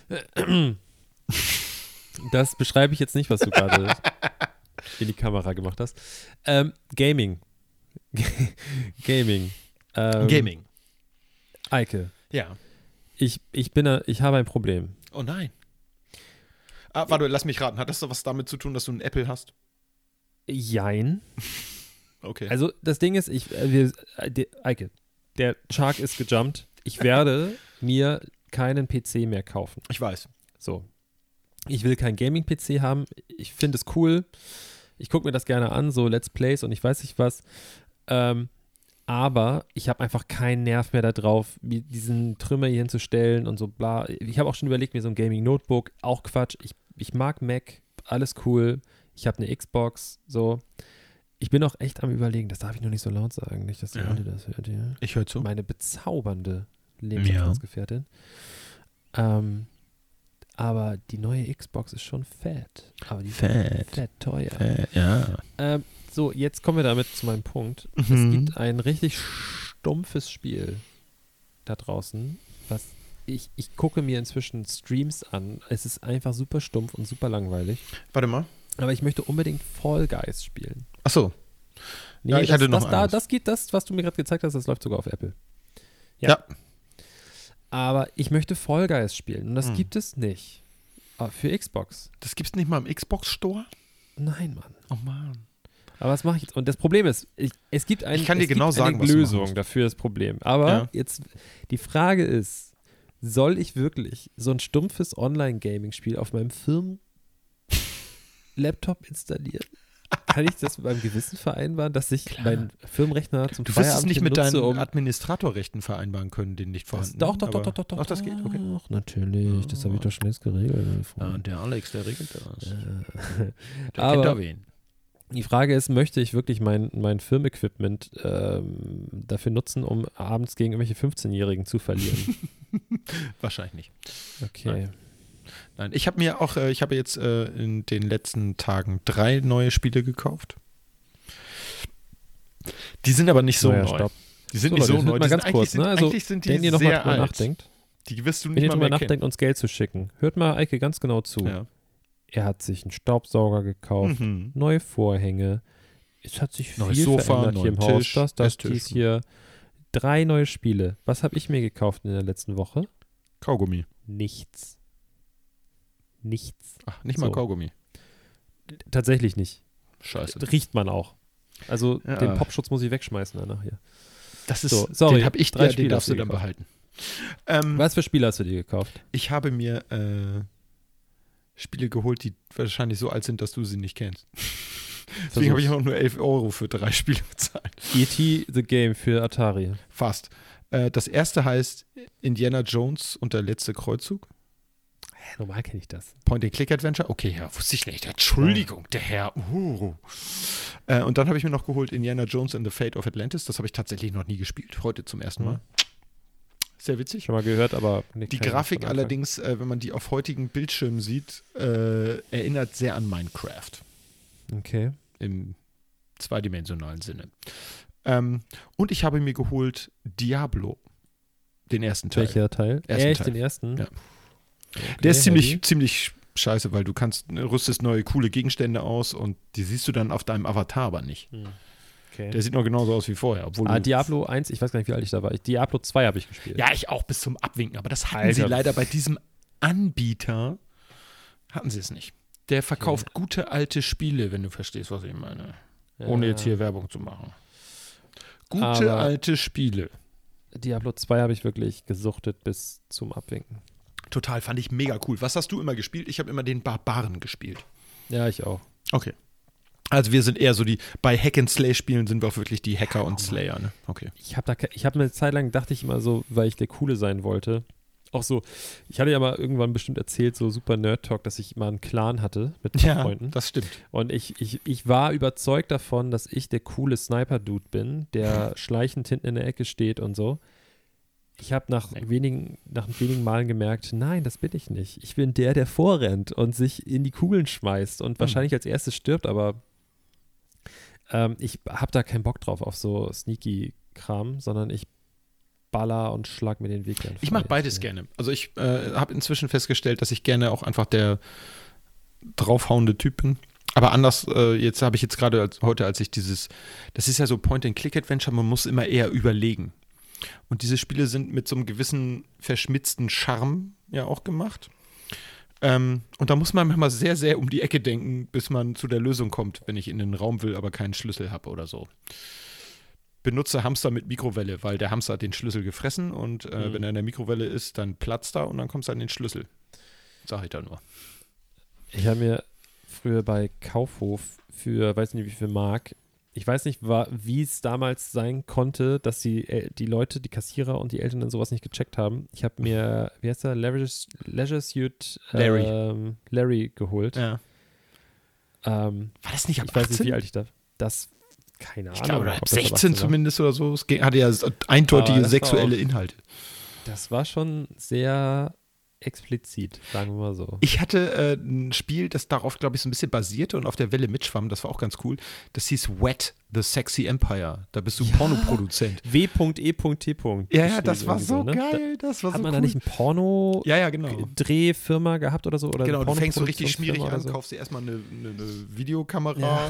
Das beschreibe ich jetzt nicht, was du gerade in die Kamera gemacht hast. Ähm, Gaming. Gaming. Ähm, Gaming. Eike, Ja. ich, ich, bin, a- ich habe ein Problem. Oh nein. Ah, warte, lass mich raten. Hat das doch was damit zu tun, dass du einen Apple hast? Jein. Okay. Also das Ding ist, ich, äh, wir, äh, der, Eike, der Shark ist gejumpt. Ich werde mir keinen P C mehr kaufen. ich weiß. So. Ich will keinen Gaming-P C haben. Ich finde es cool. Ich gucke mir das gerne an, so Let's Plays und ich weiß nicht was. Ähm, aber ich habe einfach keinen Nerv mehr darauf, mir diesen Trümmer hier hinzustellen und so bla. Ich habe auch schon überlegt, mir so ein Gaming-Notebook, auch Quatsch. Ich, ich mag Mac, alles cool. Ich habe eine Xbox, so. Ich bin auch echt am Überlegen, das darf ich noch nicht so laut sagen, nicht, dass die Ja. Leute das hört hier. Ich höre zu. Meine bezaubernde Lebensabschnittsgefährtin. Ähm, aber die neue Xbox ist schon fett. Aber die Fett. ist fett teuer. Äh, ja. Ähm, so, jetzt kommen wir damit zu meinem Punkt. Es Mhm. gibt ein richtig stumpfes Spiel da draußen, was ich, ich gucke mir inzwischen Streams an. Es ist einfach super stumpf und super langweilig. Warte mal. Aber ich möchte unbedingt Fall Guys spielen. Ach so. Nee, ja, ich das, hatte noch das, da, eines. das geht, das, was du mir gerade gezeigt hast, das läuft sogar auf Apple. Ja. Ja. Aber ich möchte Fall Guys spielen und das Hm. gibt es nicht. Aber für Xbox. Das gibt's nicht mal im Xbox-Store? Nein, Mann. Oh Mann. Aber was mache ich jetzt? Und das Problem ist, ich, es gibt ein, Ich kann dir es genau gibt sagen, eine was du machen Lösung musst. dafür das Problem. Aber Ja. jetzt, die Frage ist, soll ich wirklich so ein stumpfes Online-Gaming-Spiel auf meinem Firmen-Laptop installieren? Kann ich das mit meinem Gewissen vereinbaren, dass ich Klar. meinen Firmenrechner zum Du wirst es Feierabend nicht mit nutze, deinen um Administratorrechten vereinbaren können, den nicht das, vorhanden. doch, doch, doch, aber- doch, doch, doch. Ach, das geht, okay. Doch, natürlich. Das habe ich doch schon längst geregelt. mein Ja, Freund. und der Alex, der regelt das. Äh, Der aber- kennt da wen. Die Frage ist, möchte ich wirklich mein, mein Firmenequipment ähm, dafür nutzen, um abends gegen irgendwelche fünfzehnjährigen zu verlieren? Wahrscheinlich nicht. Okay. Nein, ich habe mir auch, äh, ich habe jetzt äh, in den letzten Tagen drei neue Spiele gekauft. Die sind aber nicht so Neuer neu. Stopp. Die sind So, nicht so Leute, neu. hört Die mal sind ganz eigentlich, kurz, sind, ne? Also, eigentlich sind die Wenn ihr nochmal sehr drüber alt. nachdenkt, Die wirst du wenn nicht ihr mal drüber mehr kennen. nachdenkt, uns Geld zu schicken, hört mal Eike ganz genau zu. Ja. Er hat sich einen Staubsauger gekauft, Mhm. neue Vorhänge. Es hat sich Neues viel Sofa, verändert hier im neuen Haus. Tisch, Das, das, Esstisch. dies hier. Drei neue Spiele. Was habe ich mir gekauft in der letzten Woche? Kaugummi. Nichts. Nichts. Ach, nicht mal So. Kaugummi. Tatsächlich nicht. Scheiße. Riecht man auch. Also Ja. den Popschutz muss ich wegschmeißen danach hier. Das ist, So, sorry, den habe ich, drei ja, den Spiele darfst hast du du dann gekauft. behalten. Ähm, Was für Spiele hast du dir gekauft? Ich habe mir äh, Spiele geholt, die wahrscheinlich so alt sind, dass du sie nicht kennst. Deswegen habe ich auch nur elf Euro für drei Spiele bezahlt. E T The Game für Atari. Fast. Äh, das erste heißt Indiana Jones und der letzte Kreuzzug. Hä, normal kenne ich das. Point-and-Click-Adventure. Okay, ja, wusste ich nicht. Entschuldigung, der Herr. Uh. Äh, und dann habe ich mir noch geholt Indiana Jones and the Fate of Atlantis. Das habe ich tatsächlich noch nie gespielt. Heute zum ersten Mal. Sehr witzig. Schon mal gehört, aber nee, Die kann ich Grafik nicht von anfangen. allerdings, äh, wenn man die auf heutigen Bildschirmen sieht, äh, erinnert sehr an Minecraft. Okay. Im zweidimensionalen Sinne. Ähm, und ich habe mir geholt Diablo. Den ersten Teil. Welcher Teil? Ersten Echt, Teil. den ersten? Ja. Okay, Der ist ziemlich, heavy. ziemlich scheiße, weil du kannst, ne, rüstest neue coole Gegenstände aus und die siehst du dann auf deinem Avatar aber nicht. Hm. Okay. Der sieht noch genauso aus wie vorher. Obwohl Ah, du, Diablo eins, ich weiß gar nicht, wie alt ich da war. Ich- Diablo zwei habe ich gespielt. Ja, ich auch bis zum Abwinken. Aber das hatten Alter. sie leider bei diesem Anbieter, hatten sie es nicht. Der verkauft gute alte Spiele, wenn du verstehst, was ich meine. Ohne jetzt hier Werbung zu machen. Gute Aber- alte Spiele. Diablo zwei habe ich wirklich gesuchtet bis zum Abwinken. Total, fand ich mega cool. Was hast du immer gespielt? Ich habe immer den Barbaren gespielt. Ja, ich auch. Okay. Also wir sind eher so die, bei Hack-and-Slay-Spielen sind wir auch wirklich die Hacker und Slayer, ne? Okay. Ich habe da, ke- ich habe eine Zeit lang, dachte ich immer so, weil ich der Coole sein wollte. Auch so, ich hatte ja mal irgendwann bestimmt erzählt, so super Nerd-Talk, dass ich mal einen Clan hatte mit ein paar Freunden. das stimmt. Und ich, ich, ich war überzeugt davon, dass ich der coole Sniper-Dude bin, der schleichend hinten in der Ecke steht und so. Ich habe nach, Nee. wenigen, nach wenigen Malen gemerkt, nein, das bin ich nicht. Ich bin der, der vorrennt und sich in die Kugeln schmeißt und wahrscheinlich als erstes stirbt, aber ähm, ich habe da keinen Bock drauf auf so Sneaky-Kram, sondern ich baller und schlag mir den Weg dann Ich frei. mache beides gerne. Also ich äh, habe inzwischen festgestellt, dass ich gerne auch einfach der draufhauende Typ bin. Aber anders, äh, jetzt habe ich jetzt gerade als, heute, als ich dieses, das ist ja so Point-and-Click-Adventure, man muss immer eher überlegen. Und diese Spiele sind mit so einem gewissen verschmitzten Charme ja auch gemacht. Ähm, und da muss man manchmal sehr, sehr um die Ecke denken, bis man zu der Lösung kommt, wenn ich in den Raum will, aber keinen Schlüssel habe oder so. Benutze Hamster mit Mikrowelle, weil der Hamster hat den Schlüssel gefressen und äh, Mhm. wenn er in der Mikrowelle ist, dann platzt er und dann kommst du an den Schlüssel. Sag ich da nur. Ich habe mir früher bei Kaufhof für, weiß nicht wie viel Mark, ich weiß nicht, wa- wie es damals sein konnte, dass die, äh, die Leute, die Kassierer und die Eltern dann sowas nicht gecheckt haben. Ich habe mir, wie heißt der, Leisure, Leisure Suit Larry. ähm, Larry geholt. Ja. Ähm, War das nicht ab ich weiß nicht, achtzehn? wie alt ich da, das, keine Ahnung. Ich glaube, ob ab das ab sechzehn achtzehn war. zumindest oder so. Es ging- hatte ja eindeutige Aber das war sexuelle auch- Inhalte. Das war schon sehr explizit, sagen wir mal so. Ich hatte äh, ein Spiel, das darauf, glaube ich, so ein bisschen basierte und auf der Welle mitschwamm. Das war auch ganz cool. Das hieß Wet, The Sexy Empire. Da bist du Ja. Pornoproduzent. W E T. Ja, ja, das war so ne? geil. Das war Hat so man cool. da nicht ein Porno ja, ja, genau. Drehfirma gehabt oder so? Oder Genau, eine du fängst so richtig Pornoproduktionsfirma schmierig an, oder so? kaufst dir erstmal eine, eine, eine Videokamera Ja.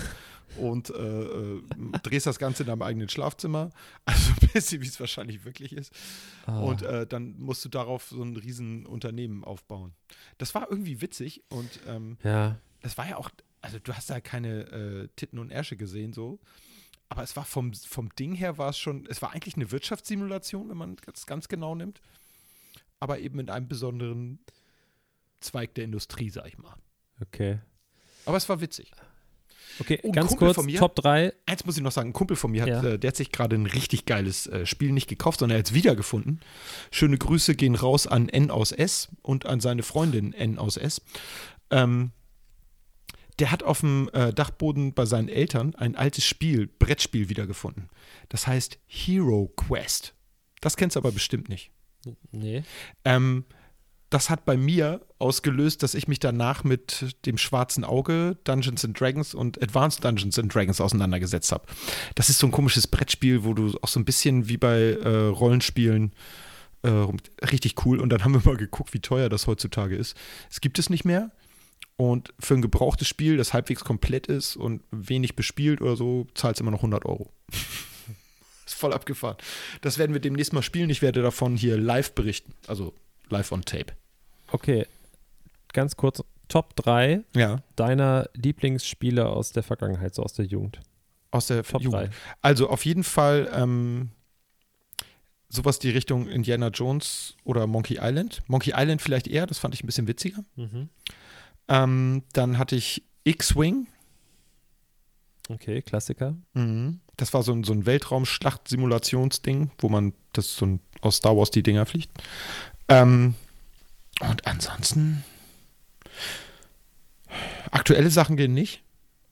und äh, äh, drehst das Ganze in deinem eigenen Schlafzimmer. Also ein bisschen, wie es wahrscheinlich wirklich ist. Ah. Und äh, dann musst du darauf so ein riesen Unternehmen aufbauen. Das war irgendwie witzig und ähm, Ja. das war ja auch, also du hast da keine äh, Titten und Ärsche gesehen so, aber es war vom, vom Ding her war es schon, es war eigentlich eine Wirtschaftssimulation, wenn man das ganz genau nimmt, aber eben in einem besonderen Zweig der Industrie, sag ich mal. Okay. Aber es war witzig. Okay, Oh, ein ganz Kumpel kurz, von mir- Top drei. Eins muss ich noch sagen, ein Kumpel von mir, hat, Ja. äh, der hat sich gerade ein richtig geiles äh, Spiel nicht gekauft, sondern er hat es wiedergefunden. Schöne Grüße gehen raus an N aus S und an seine Freundin N aus S. Ähm, der hat auf dem äh, Dachboden bei seinen Eltern ein altes Spiel, Brettspiel wiedergefunden. Das heißt Hero Quest. Das kennst du aber bestimmt nicht. Nee. Ähm, das hat bei mir ausgelöst, dass ich mich danach mit dem schwarzen Auge, Dungeons and Dragons und Advanced Dungeons and Dragons auseinandergesetzt habe. Das ist so ein komisches Brettspiel, wo du auch so ein bisschen wie bei äh, Rollenspielen äh, richtig cool. Und dann haben wir mal geguckt, wie teuer das heutzutage ist. Es gibt es nicht mehr. Und für ein gebrauchtes Spiel, das halbwegs komplett ist und wenig bespielt oder so, zahlst du immer noch hundert Euro. Ist voll abgefahren. Das werden wir demnächst mal spielen. Ich werde davon hier live berichten. Also live on tape. Okay, ganz kurz, Top drei Ja. deiner Lieblingsspiele aus der Vergangenheit, so aus der Jugend. Aus der Top Jugend. drei. Also auf jeden Fall ähm, sowas die Richtung Indiana Jones oder Monkey Island. Monkey Island vielleicht eher, das fand ich ein bisschen witziger. Mhm. Ähm, dann hatte ich X-Wing. Okay, Klassiker. Mhm. Das war so ein, so ein Weltraumschlacht-Simulationsding, wo man das so ein, aus Star Wars die Dinger fliegt. Ähm, und ansonsten aktuelle Sachen gehen nicht.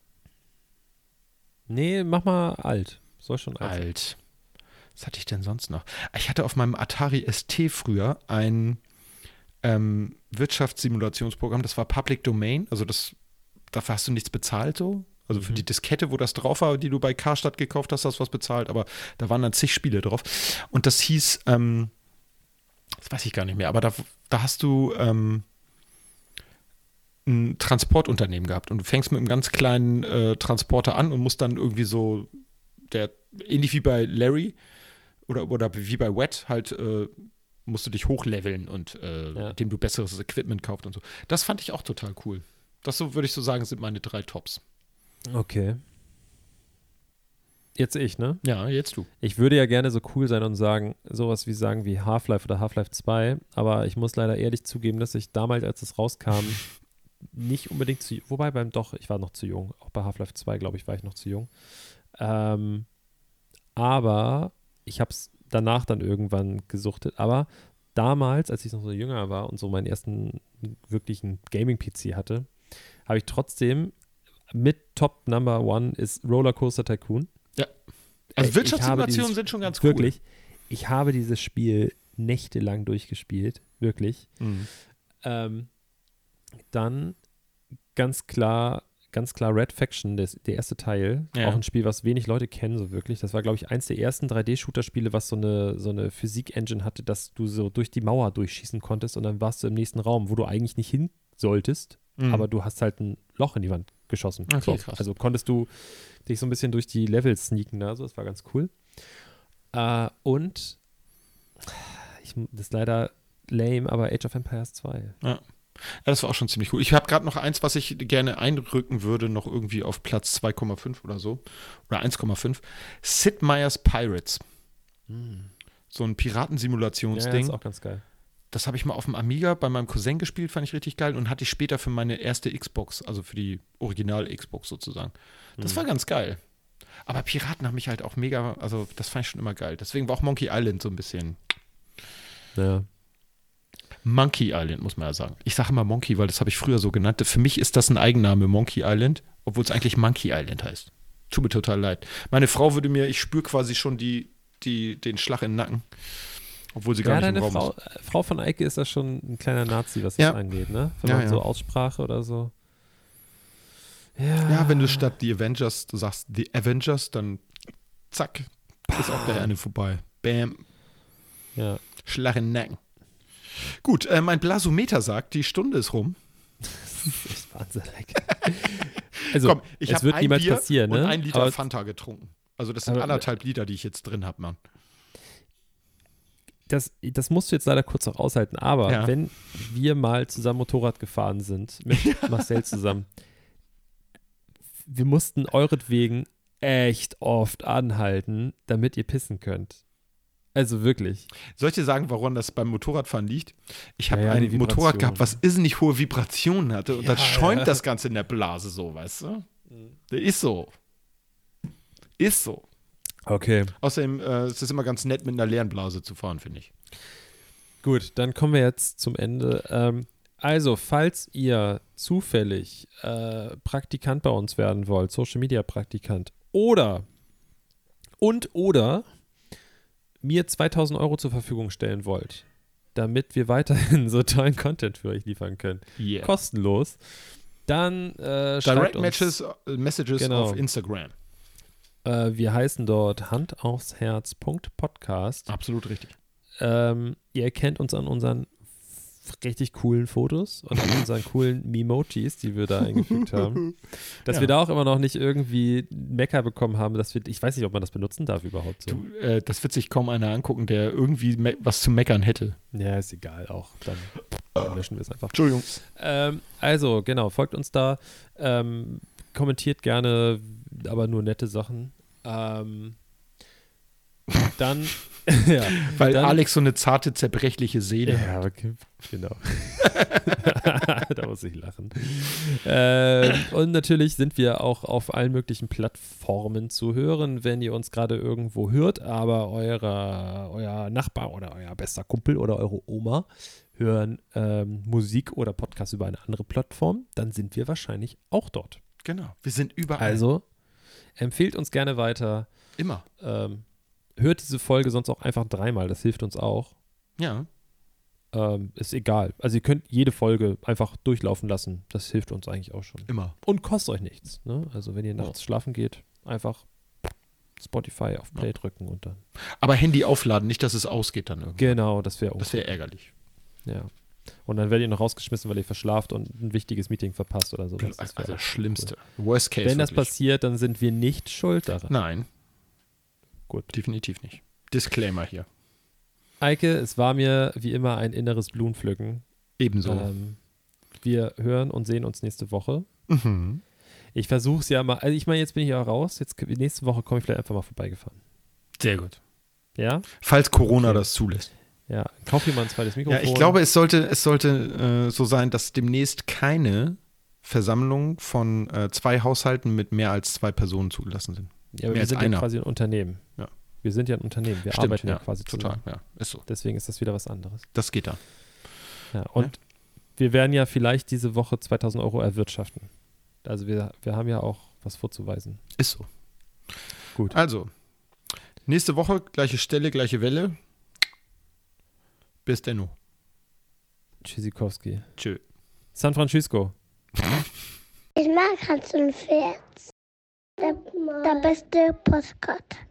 Nee, mach mal alt. Soll schon alt. sein. Alt. Was hatte ich denn sonst noch? Ich hatte auf meinem Atari S T früher ein ähm, Wirtschaftssimulationsprogramm, das war Public Domain, also das, dafür hast du nichts bezahlt so. Also für Mhm. die Diskette, wo das drauf war, die du bei Karstadt gekauft hast, hast du was bezahlt, aber da waren dann zig Spiele drauf. Und das hieß, ähm, das weiß ich gar nicht mehr, aber da, da hast du ähm, ein Transportunternehmen gehabt und du fängst mit einem ganz kleinen äh, Transporter an und musst dann irgendwie so, der ähnlich wie bei Larry oder, oder wie bei Wet halt äh, musst du dich hochleveln und äh, Ja. indem du besseres Equipment kaufst und so. Das fand ich auch total cool. Das so würde ich so sagen, sind meine drei Tops. Okay. Jetzt ich, ne? Ja, jetzt du. Ich würde ja gerne so cool sein und sagen, sowas wie sagen wie Half-Life oder Half-Life zwei, aber ich muss leider ehrlich zugeben, dass ich damals, als es rauskam, nicht unbedingt zu, wobei beim doch, ich war noch zu jung, auch bei Half-Life zwei, glaube ich, war ich noch zu jung. Ähm, aber ich habe es danach dann irgendwann gesuchtet, aber damals, als ich noch so jünger war und so meinen ersten wirklichen Gaming-P C hatte, habe ich trotzdem mit Top Number One ist Rollercoaster Tycoon. Also Ich Wirtschaftssimulationen habe dieses- sind schon ganz cool. Wirklich, ich habe dieses Spiel nächtelang durchgespielt, wirklich. Mhm. Ähm, dann ganz klar, ganz klar Red Faction, das, der erste Teil. Ja. Auch ein Spiel, was wenig Leute kennen, so wirklich. Das war, glaube ich, eins der ersten drei D-Shooter-Spiele, was so eine, so eine Physik-Engine hatte, dass du so durch die Mauer durchschießen konntest und dann warst du im nächsten Raum, wo du eigentlich nicht hin solltest, Mhm. aber du hast halt ein Loch in die Wand geschossen. Okay, so. krass. Also konntest du dich so ein bisschen durch die Levels sneaken da, so, das war ganz cool. Äh, und ich, das ist leider lame, aber Age of Empires zwei. Ja, das war auch schon ziemlich cool. Ich habe gerade noch eins, was ich gerne einrücken würde, noch irgendwie auf Platz zwei Komma fünf oder so. Oder eins Komma fünf. Sid Meier's Pirates. So ein Ja, Piratensimulationsding. ist auch ganz geil. Das habe ich mal auf dem Amiga bei meinem Cousin gespielt, fand ich richtig geil und hatte ich später für meine erste Xbox, also für die Original-Xbox sozusagen. Das Mhm. war ganz geil. Aber Piraten haben mich halt auch mega, also das fand ich schon immer geil. Deswegen war auch Monkey Island so ein bisschen. Ja. Monkey Island, muss man ja sagen. Ich sage immer Monkey, weil das habe ich früher so genannt. Für mich ist das ein Eigenname, Monkey Island, obwohl es eigentlich Monkey Island heißt. Tut mir total leid. Meine Frau würde mir, ich spüre quasi schon die, die, den Schlag in den Nacken, obwohl sie gar Ja, nicht im deine Raum Frau, ist. äh, Frau von Eike ist ja schon ein kleiner Nazi, was das Ja. angeht, ne? Wenn Ja, man ja. so Aussprache oder so. Ja, Ja, wenn du statt The Avengers du sagst The Avengers, dann zack, ist auch der eine vorbei. Bam, Ja. Schlag in den Nacken. Gut, äh, mein Blasometer sagt, die Stunde ist rum. Das ist echt Wahnsinn. Eike. Also, Komm, ich es habe wird ein niemals Bier passieren, und ne? ein Liter Aber- Fanta getrunken. Also das sind aber- anderthalb Liter, die ich jetzt drin habe, Mann. Das, das musst du jetzt leider kurz noch aushalten, aber Ja. wenn wir mal zusammen Motorrad gefahren sind, mit Marcel zusammen, wir mussten euretwegen echt oft anhalten, damit ihr pissen könnt. Also wirklich. Soll ich dir sagen, woran das beim Motorradfahren liegt? Ich habe Ja, ja, ein die Motorrad Vibration. gehabt, was irrsinnig hohe Vibrationen hatte und Ja, das schäumt ja. das Ganze in der Blase so, weißt du? Das ist so. Ist so. Okay. Außerdem äh, es ist immer ganz nett, mit einer leeren Blase zu fahren, finde ich. Gut, dann kommen wir jetzt zum Ende. Ähm, also, falls ihr zufällig äh, Praktikant bei uns werden wollt, Social Media Praktikant, oder und oder mir zweitausend Euro zur Verfügung stellen wollt, damit wir weiterhin so tollen Content für euch liefern können, Yeah. kostenlos, dann äh, schreibt Direct uns, Matches, äh, Messages Genau. auf Instagram. äh, wir heißen dort handaufsherz.podcast. Absolut richtig. Ähm, ihr erkennt uns an unseren f- richtig coolen Fotos und an unseren coolen Memojis, die wir da eingefügt haben. Dass Ja. wir da auch immer noch nicht irgendwie Mecker bekommen haben, dass wir, ich weiß nicht, ob man das benutzen darf überhaupt so. Du, äh, das wird sich kaum einer angucken, der irgendwie me- was zu meckern hätte. Ja, ist egal auch. Dann, dann löschen wir es einfach. Entschuldigung. Ähm, also, genau, folgt uns da. Ähm, kommentiert gerne, aber nur nette Sachen. Ähm, dann, ja. Weil dann, Alex so eine zarte, zerbrechliche Seele hat. Ja, okay, genau. Da muss ich lachen. Ähm, und natürlich sind wir auch auf allen möglichen Plattformen zu hören, wenn ihr uns gerade irgendwo hört, aber eure, euer Nachbar oder euer bester Kumpel oder eure Oma hören ähm, Musik oder Podcast über eine andere Plattform, dann sind wir wahrscheinlich auch dort. Genau. Wir sind überall. Also empfehlt uns gerne weiter. Immer. Ähm, hört diese Folge sonst auch einfach dreimal, das hilft uns auch. Ja. Ähm, ist egal. Also ihr könnt jede Folge einfach durchlaufen lassen. Das hilft uns eigentlich auch schon. Immer. Und kostet euch nichts. Ne? Also wenn ihr nachts schlafen geht, einfach Spotify auf Play Ja. drücken und dann. Aber Handy aufladen, nicht, dass es ausgeht dann irgendwie. Genau, das wäre Das wäre ärgerlich. Ja. Und dann werdet ihr noch rausgeschmissen, weil ihr verschlaft und ein wichtiges Meeting verpasst oder sowas. Das wär Also auch das Schlimmste. Worst case. Wenn das wirklich. passiert, dann sind wir nicht schuld daran. Nein, Gut. definitiv nicht. Disclaimer hier. Eike, es war mir wie immer ein inneres Blumenpflücken. Ebenso. Ähm, wir hören und sehen uns nächste Woche. Mhm. Ich versuche es ja mal. Also ich meine, jetzt bin ich ja raus. Jetzt nächste Woche komme ich vielleicht einfach mal vorbeigefahren. Sehr gut. Ja? Falls Corona Okay. das zulässt. Ja. Kauf dir mal ein zweites Ja, Mikrofon. ich glaube, es sollte, es sollte äh, so sein, dass demnächst keine Versammlung von äh, zwei Haushalten mit mehr als zwei Personen zugelassen sind. ja, aber mehr wir als sind einer. ja quasi ein Unternehmen. Ja. Wir sind ja ein Unternehmen. Wir Stimmt, arbeiten ja, ja, quasi total. zusammen. Ja, ist so. Deswegen ist das wieder was anderes. Das geht dann. Ja, und wir werden ja vielleicht diese Woche zweitausend Euro erwirtschaften. Also wir, wir haben ja auch was vorzuweisen. Ist so. Gut. Also, nächste Woche, gleiche Stelle, gleiche Welle. Bis denno. Tschüssikowski. Tschö. San Francisco. Ich mag Hans und Pferd. Der, der beste Postkarte.